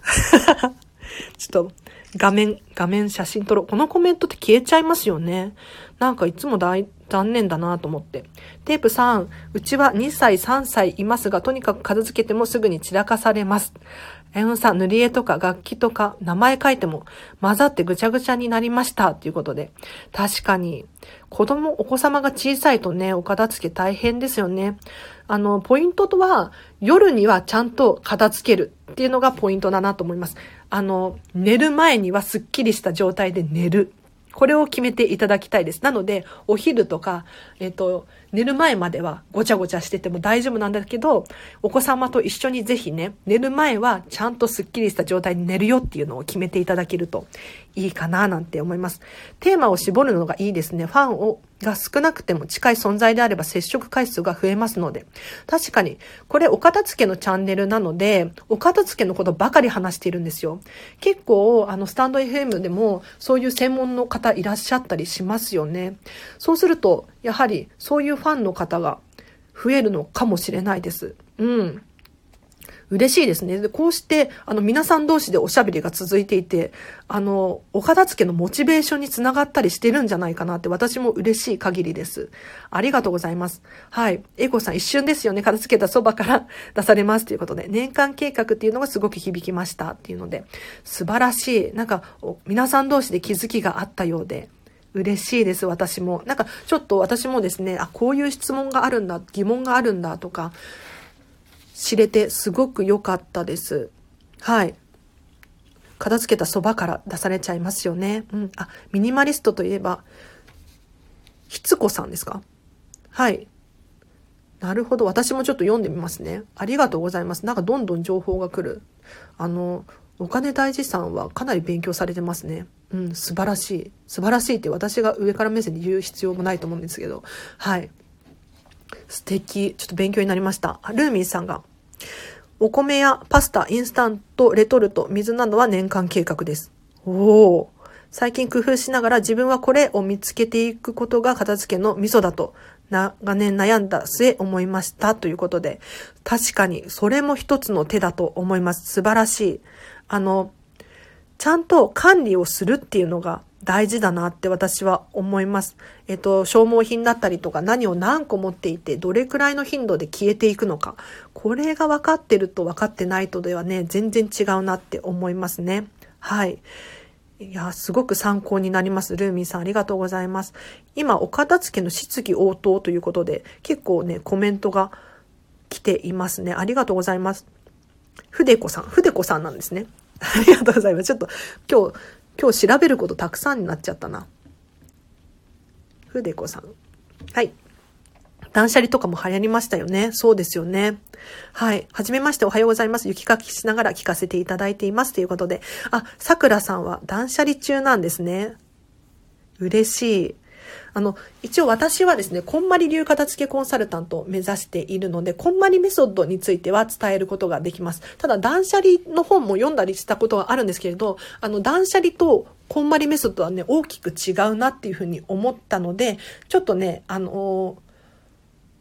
画面写真撮ろう。このコメントって消えちゃいますよね。なんかいつも残念だなと思って。テープさん、うちは2歳3歳いますが、とにかく片付けてもすぐに散らかされます。あやのさん、塗り絵とか楽器とか名前書いても混ざってぐちゃぐちゃになりましたっていうことで。確かに、お子様が小さいとね、お片付け大変ですよね。ポイントとは、夜にはちゃんと片付けるっていうのがポイントだなと思います。寝る前にはすっきりした状態で寝る。これを決めていただきたいです。なので、お昼とか、寝る前まではごちゃごちゃしてても大丈夫なんだけど、お子様と一緒にぜひね、寝る前はちゃんとすっきりした状態に寝るよっていうのを決めていただけるといいかななんて思います。テーマを絞るのがいいですね。ファンが少なくても近い存在であれば接触回数が増えますので。確かに、これお片付けのチャンネルなので、お片付けのことばかり話しているんですよ。結構、スタンド FM でもそういう専門の方いらっしゃったりしますよね。そうすると、やはりそういうファンの方が増えるのかもしれないです。嬉しいですね。で、こうして、皆さん同士でおしゃべりが続いていて、お片付けのモチベーションにつながったりしてるんじゃないかなって、私も嬉しい限りです。ありがとうございます。はい。エコさん、一瞬ですよね。片付けたそばから出されますということで、年間計画っていうのがすごく響きましたっていうので、素晴らしい。なんか、皆さん同士で気づきがあったようで、嬉しいです、私も。なんか、ちょっと私もですね、こういう質問があるんだ、疑問があるんだとか、知れてすごく良かったです。はい。片付けたそばから出されちゃいますよね。ミニマリストといえば、ひつこさんですか？はい。なるほど。私もちょっと読んでみますね。ありがとうございます。なんかどんどん情報が来る。お金大事さんはかなり勉強されてますね。素晴らしい。素晴らしいって私が上から目線で言う必要もないと思うんですけど。はい。素敵。ちょっと勉強になりました。ルーミンさんが、お米やパスタ、インスタント、レトルト、水などは年間計画です。最近工夫しながら自分はこれを見つけていくことが片付けのミソだと長年悩んだ末思いましたということで、確かにそれも一つの手だと思います。素晴らしい。ちゃんと管理をするっていうのが大事だなって私は思います。消耗品だったりとか何を何個持っていてどれくらいの頻度で消えていくのか。これが分かってると分かってないとではね、全然違うなって思いますね。はい。いや、すごく参考になります。ルーミンさんありがとうございます。今、お片付けの質疑応答ということで、結構ね、コメントが来ていますね。ありがとうございます。筆子さんなんですね。ありがとうございます。ちょっと今日調べることたくさんになっちゃったな。筆子さん。はい。断捨離とかも流行りましたよね。そうですよね。はい。はじめましておはようございます。雪かきしながら聞かせていただいていますということで。さくらさんは断捨離中なんですね。嬉しい。一応私はですね、こんまり流片付けコンサルタントを目指しているので、こんまりメソッドについては伝えることができます。ただ、断捨離の本も読んだりしたことはあるんですけれど、断捨離とこんまりメソッドはね、大きく違うなっていうふうに思ったので、ちょっとね、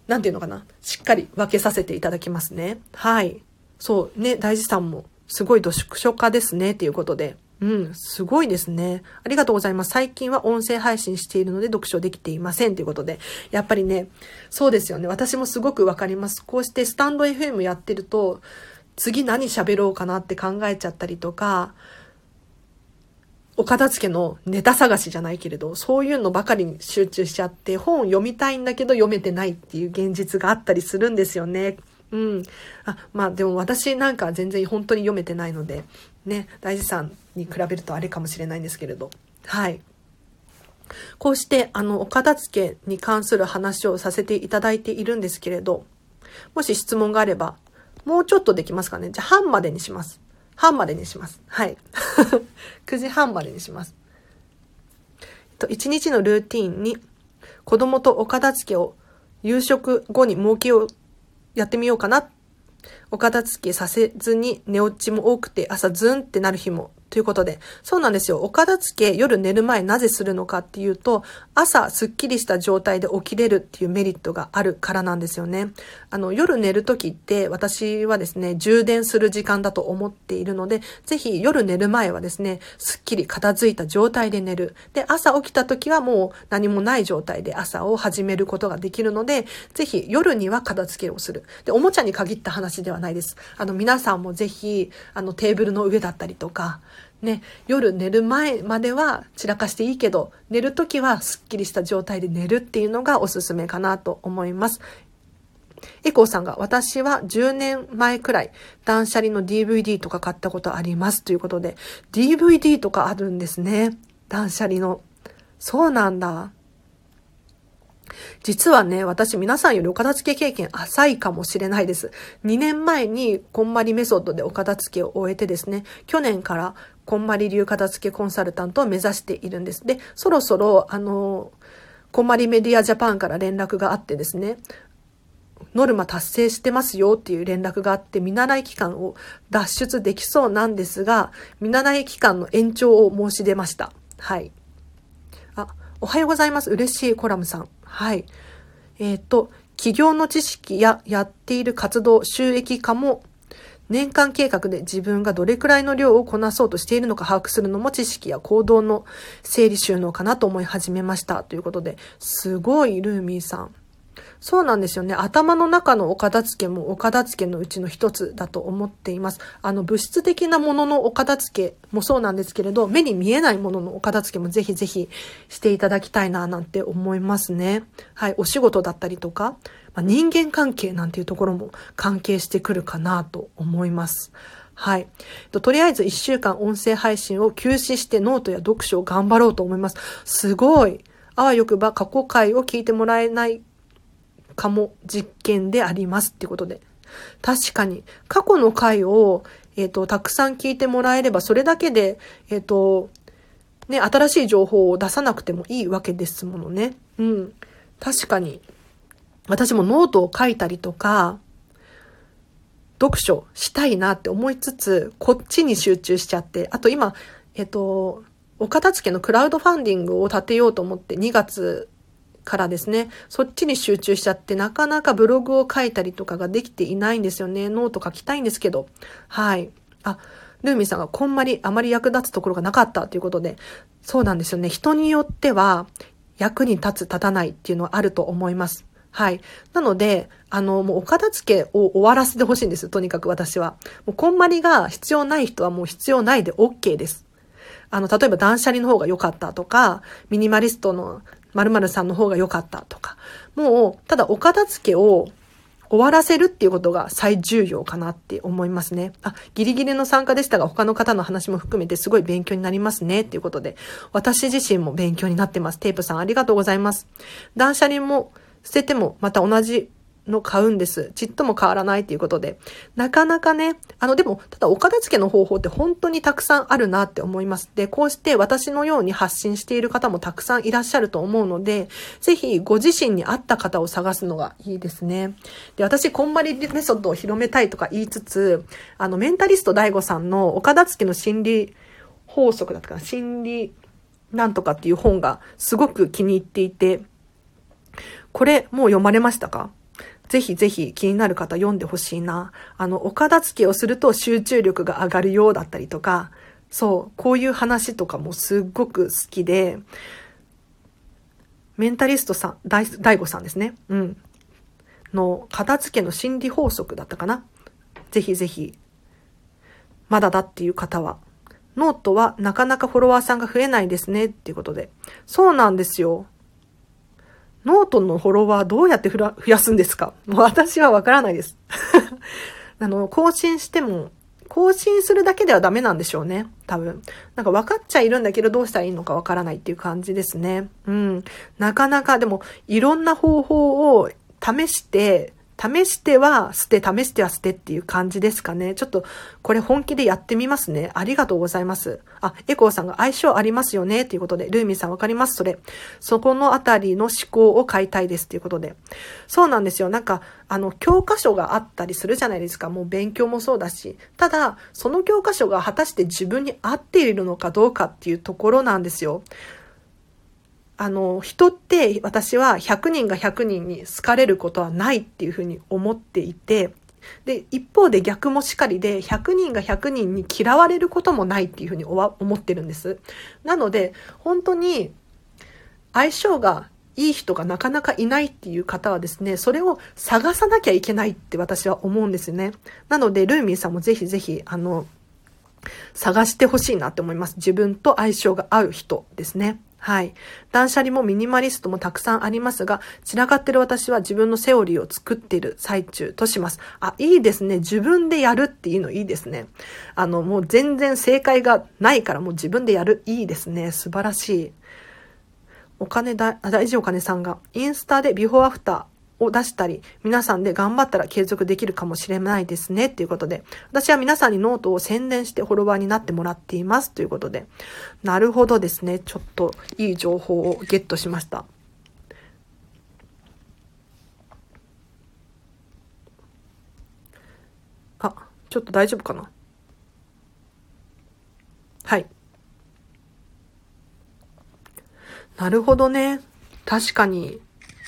なんていうのかな、しっかり分けさせていただきますね。はい。そうね、大事さんもすごい読書家ですね、ということで。すごいですね。ありがとうございます。最近は音声配信しているので読書できていませんということで。やっぱりね、そうですよね。私もすごくわかります。こうしてスタンド FM やってると、次何喋ろうかなって考えちゃったりとか、お片付けのネタ探しじゃないけれど、そういうのばかりに集中しちゃって、本を読みたいんだけど読めてないっていう現実があったりするんですよね。まあでも私なんか全然本当に読めてないので、ね、大事さんに比べるとあれかもしれないんですけれど。はい。こうして、お片付けに関する話をさせていただいているんですけれど、もし質問があれば、もうちょっとできますかね。じゃあ半までにします。半までにします。はい。9時半までにします。1日のルーティンに、子供とお片付けを夕食後に設けよう、やってみようかな。お片付けさせずに寝落ちも多くて朝ズンってなる日も。ということで、そうなんですよ。お片付け夜寝る前なぜするのかっていうと、朝すっきりした状態で起きれるっていうメリットがあるからなんですよね。夜寝るときって私はですね、充電する時間だと思っているので、ぜひ夜寝る前はですね、すっきり片付いた状態で寝る。で、朝起きたときはもう何もない状態で朝を始めることができるので、ぜひ夜には片付けをする。で、おもちゃに限った話ではないです。皆さんもぜひ、テーブルの上だったりとか、ね、夜寝る前までは散らかしていいけど、寝るときはすっきりした状態で寝るっていうのがおすすめかなと思います。エコーさんが、私は10年前くらい断捨離の DVD とか買ったことありますということで、DVD とかあるんですね。断捨離の。そうなんだ。実はね、私皆さんよりお片付け経験浅いかもしれないです。2年前にこんまりメソッドでお片付けを終えてですね、去年からこんまり流片付けコンサルタントを目指しているんです。で、そろそろこんまりメディアジャパンから連絡があってですね、ノルマ達成してますよっていう連絡があって、見習い期間を脱出できそうなんですが、見習い期間の延長を申し出ました。はい。おはようございます。嬉しいコラムさん。はい。企業の知識ややっている活動、収益化も、年間計画で自分がどれくらいの量をこなそうとしているのか把握するのも知識や行動の整理収納かなと思い始めました。ということで、すごいルーミーさん。そうなんですよね。頭の中のお片付けもお片付けのうちの一つだと思っています。物質的なもののお片付けもそうなんですけれど、目に見えないもののお片付けもぜひぜひしていただきたいななんて思いますね。はい。お仕事だったりとか、人間関係なんていうところも関係してくるかなと思います。はい。とりあえず1週間音声配信を休止してノートや読書を頑張ろうと思います。すごい。あわよくば過去回を聞いてもらえないかも実験でありますってことで。確かに、過去の回を、たくさん聞いてもらえれば、それだけで、新しい情報を出さなくてもいいわけですものね。確かに。私もノートを書いたりとか、読書したいなって思いつつ、こっちに集中しちゃって、あと今、お片付けのクラウドファンディングを立てようと思って2月からですね、そっちに集中しちゃって、なかなかブログを書いたりとかができていないんですよね。ノート書きたいんですけど。はい。ルーミーさんがこんまりあまり役立つところがなかったということで、そうなんですよね。人によっては役に立つ立たないっていうのはあると思います。はい。なので、もうお片付けを終わらせてほしいんです。とにかく私は。もうこんまりが必要ない人はもう必要ないで OK です。例えば断捨離の方が良かったとか、ミニマリストの〇〇さんの方が良かったとか、もう、ただお片付けを終わらせるっていうことが最重要かなって思いますね。ギリギリの参加でしたが、他の方の話も含めてすごい勉強になりますねっていうことで、私自身も勉強になってます。テープさんありがとうございます。断捨離も捨ててもまた同じの買うんです。ちっとも変わらないということで。なかなかね、でも、ただお片付けの方法って本当にたくさんあるなって思います。で、こうして私のように発信している方もたくさんいらっしゃると思うので、ぜひご自身に合った方を探すのがいいですね。で、私、こんまりメソッドを広めたいとか言いつつ、メンタリスト DAIGO さんのお片付けの心理法則だったかな、心理なんとかっていう本がすごく気に入っていて、これもう読まれましたか？ ぜひぜひ気になる方読んでほしいな。お片付けをすると集中力が上がるようだったりとか、そう、こういう話とかもすっごく好きで、メンタリストさん、大悟さんですね。うん。の片付けの心理法則だったかな。ぜひぜひ、まだだっていう方は。ノートはなかなかフォロワーさんが増えないですねっていうことで。そうなんですよ。ノートのフォロワーどうやって増やすんですか？もう私はわからないです。更新しても、更新するだけではダメなんでしょうね。多分。なんか分かっちゃいるんだけどどうしたらいいのかわからないっていう感じですね。うん。なかなかでもいろんな方法を試しては捨て、試しては捨てっていう感じですかね。ちょっとこれ本気でやってみますね。ありがとうございます。エコーさんが相性ありますよねっていうことで、ルーミーさんわかりますそれ。そこのあたりの思考を変えたいですっていうことで。そうなんですよ。なんか、教科書があったりするじゃないですか。もう勉強もそうだし。ただ、その教科書が果たして自分に合っているのかどうかっていうところなんですよ。人って私は100人が100人に好かれることはないっていうふうに思っていて、で、一方で逆もしかりで100人が100人に嫌われることもないっていうふうに思ってるんです。なので、本当に相性がいい人がなかなかいないっていう方はですね、それを探さなきゃいけないって私は思うんですよね。なので、ルーミーさんもぜひぜひ、探してほしいなって思います。自分と相性が合う人ですね。はい。断捨離もミニマリストもたくさんありますが、散らかってる私は自分のセオリーを作っている最中とします。いいですね。自分でやるっていうのいいですね。もう全然正解がないからもう自分でやる。いいですね。素晴らしい。大事お金さんが、インスタでビフォーアフター、を出したり、皆さんで頑張ったら継続できるかもしれないですね、ということで。私は皆さんにノートを宣伝してフォロワーになってもらっています、ということで。なるほどですね。ちょっといい情報をゲットしました。ちょっと大丈夫かな？はい。なるほどね。確かに。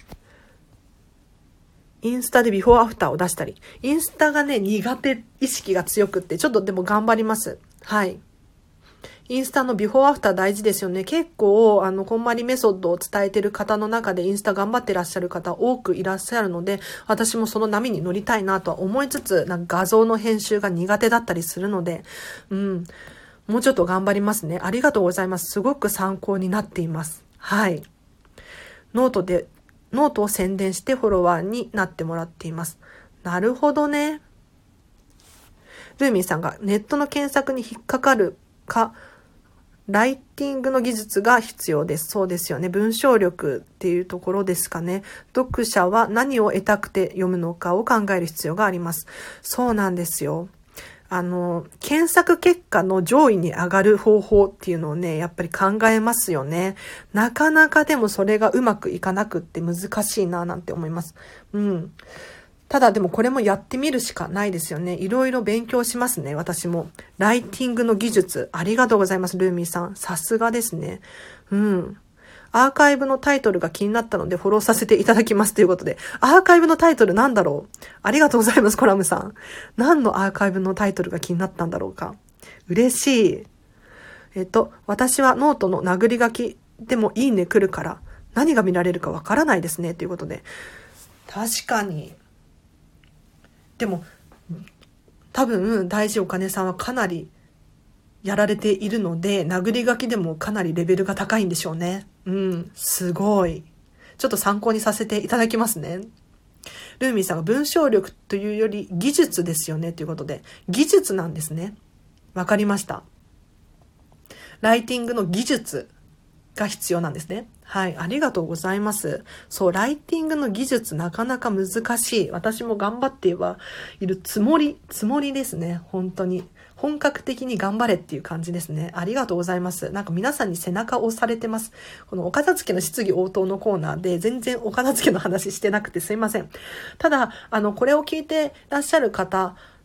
インスタでビフォーアフターを出したり。インスタがね、苦手意識が強くって、ちょっとでも頑張ります。はい。インスタのビフォーアフター大事ですよね。結構、こんまりメソッドを伝えてる方の中でインスタ頑張ってらっしゃる方多くいらっしゃるので、私もその波に乗りたいなとは思いつつ、なんか画像の編集が苦手だったりするので、もうちょっと頑張りますね。ありがとうございます。すごく参考になっています。はい。ノートを宣伝してフォロワーになってもらっています。なるほどね。ルーミーさんがネットの検索に引っかかるか、ライティングの技術が必要です。そうですよね。文章力っていうところですかね。読者は何を得たくて読むのかを考える必要があります。そうなんですよ。検索結果の上位に上がる方法っていうのをね、やっぱり考えますよね。なかなかでもそれがうまくいかなくって難しいななんて思います。ただでもこれもやってみるしかないですよね。いろいろ勉強しますね、私も。ライティングの技術、ありがとうございます、ルーミーさん。さすがですね。アーカイブのタイトルが気になったのでフォローさせていただきますということで。アーカイブのタイトルなんだろう？ありがとうございます、コラムさん。何のアーカイブのタイトルが気になったんだろうか。嬉しい。私はノートの殴り書きでもいいね来るから何が見られるかわからないですねということで。確かに。でも、多分、大事お金さんはかなりやられているので、殴り書きでもかなりレベルが高いんでしょうね。すごい。ちょっと参考にさせていただきますね。ルーミーさんが文章力というより技術ですよねということで、技術なんですね。わかりました。ライティングの技術が必要なんですね。はい、ありがとうございます。そう、ライティングの技術なかなか難しい。私も頑張ってはいるつもりですね。本当に。本格的に頑張れっていう感じですね。ありがとうございます。なんか皆さんに背中を押されてます。このお片付けの質疑応答のコーナーで全然お片付けの話してなくてすいません。ただ、これを聞いてらっしゃる方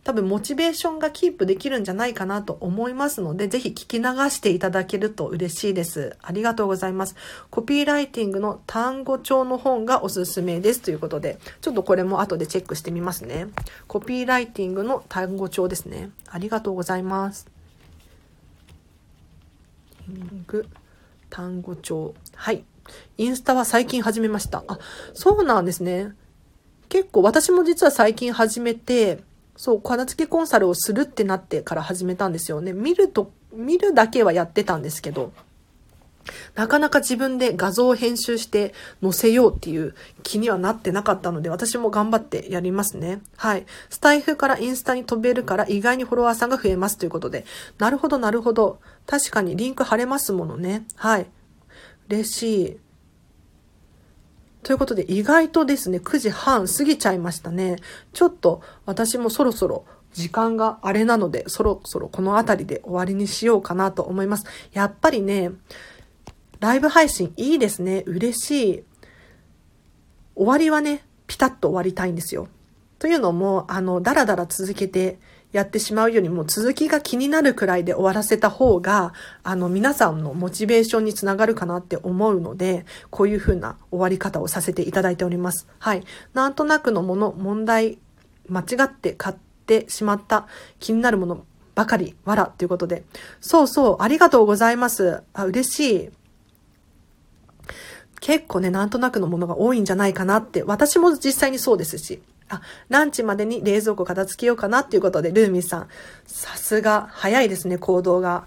多分モチベーションがキープできるんじゃないかなと思いますので、ぜひ聞き流していただけると嬉しいです。ありがとうございます。コピーライティングの単語帳の本がおすすめですということで、ちょっとこれも後でチェックしてみますね。コピーライティングの単語帳ですね。ありがとうございます。単語帳。はい。インスタは最近始めました。あ、そうなんですね。結構私も実は最近始めて、そう、片付けコンサルをするってなってから始めたんですよね。見るだけはやってたんですけど、なかなか自分で画像を編集して載せようっていう気にはなってなかったので、私も頑張ってやりますね。はい。スタイフからインスタに飛べるから意外にフォロワーさんが増えますということで。なるほど、なるほど。確かにリンク貼れますものね。はい。嬉しい。ということで、意外とですね、9時半過ぎちゃいましたね。ちょっと私もそろそろ時間があれなので、そろそろこの辺りで終わりにしようかなと思います。やっぱりね、ライブ配信いいですね。嬉しい。終わりはね、ピタッと終わりたいんですよ。というのも、だらだら続けてやってしまうよりも続きが気になるくらいで終わらせた方が、皆さんのモチベーションにつながるかなって思うので、こういう風な終わり方をさせていただいております。はい。なんとなくの問題、間違って買ってしまった気になるものばかり、わらということで。そうそう、ありがとうございます。嬉しい。結構ね、なんとなくのものが多いんじゃないかなって、私も実際にそうですし、ランチまでに冷蔵庫片付けようかなっていうことで、ルーミンさん、さすが、早いですね、行動が。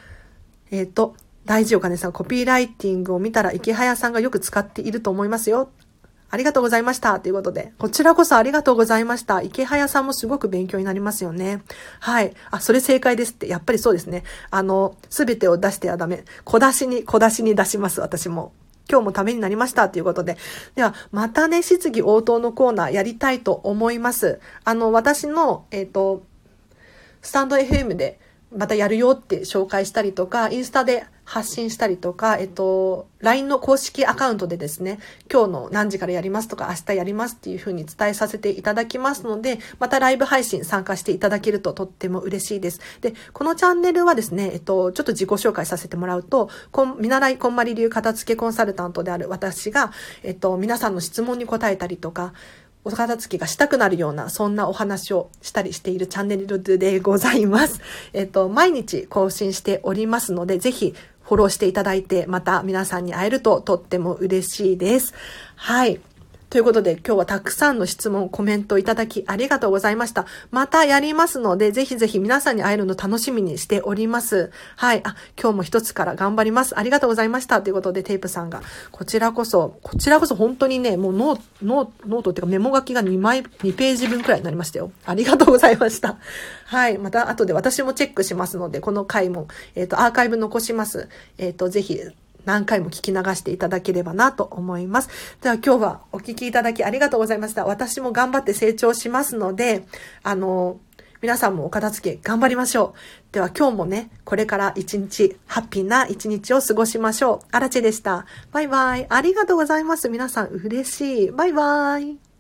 大事お金さん、コピーライティングを見たら、池早さんがよく使っていると思いますよ。ありがとうございました。ということで、こちらこそありがとうございました。池早さんもすごく勉強になりますよね。はい。それ正解ですって。やっぱりそうですね。すべてを出してはダメ。小出しに出します、私も。今日もためになりましたということで。では、またね、質疑応答のコーナーやりたいと思います。私の、スタンド FM でまたやるよって紹介したりとか、インスタで発信したりとか、LINE の公式アカウントでですね、今日の何時からやりますとか、明日やりますっていう風に伝えさせていただきますので、またライブ配信参加していただけるととっても嬉しいです。で、このチャンネルはですね、ちょっと自己紹介させてもらうと、見習いこんまり流片付けコンサルタントである私が、皆さんの質問に答えたりとか、お片付けがしたくなるような、そんなお話をしたりしているチャンネルでございます。毎日更新しておりますので、ぜひフォローしていただいて、また皆さんに会えるととっても嬉しいです。はい。ということで、今日はたくさんの質問、コメントいただきありがとうございました。またやりますので、ぜひぜひ皆さんに会えるの楽しみにしております。はい。今日も一つから頑張ります。ありがとうございました。ということで、テープさんが、こちらこそ本当にね、もうノートっていうかメモ書きが2ページ分くらいになりましたよ。ありがとうございました。はい。また後で私もチェックしますので、この回も、アーカイブ残します。ぜひ、何回も聞き流していただければなと思います。では今日はお聞きいただきありがとうございました。私も頑張って成長しますので、皆さんもお片付け頑張りましょう。では今日もね、これから一日、ハッピーな一日を過ごしましょう。あらちでした。バイバイ。ありがとうございます。皆さん嬉しい。バイバイ。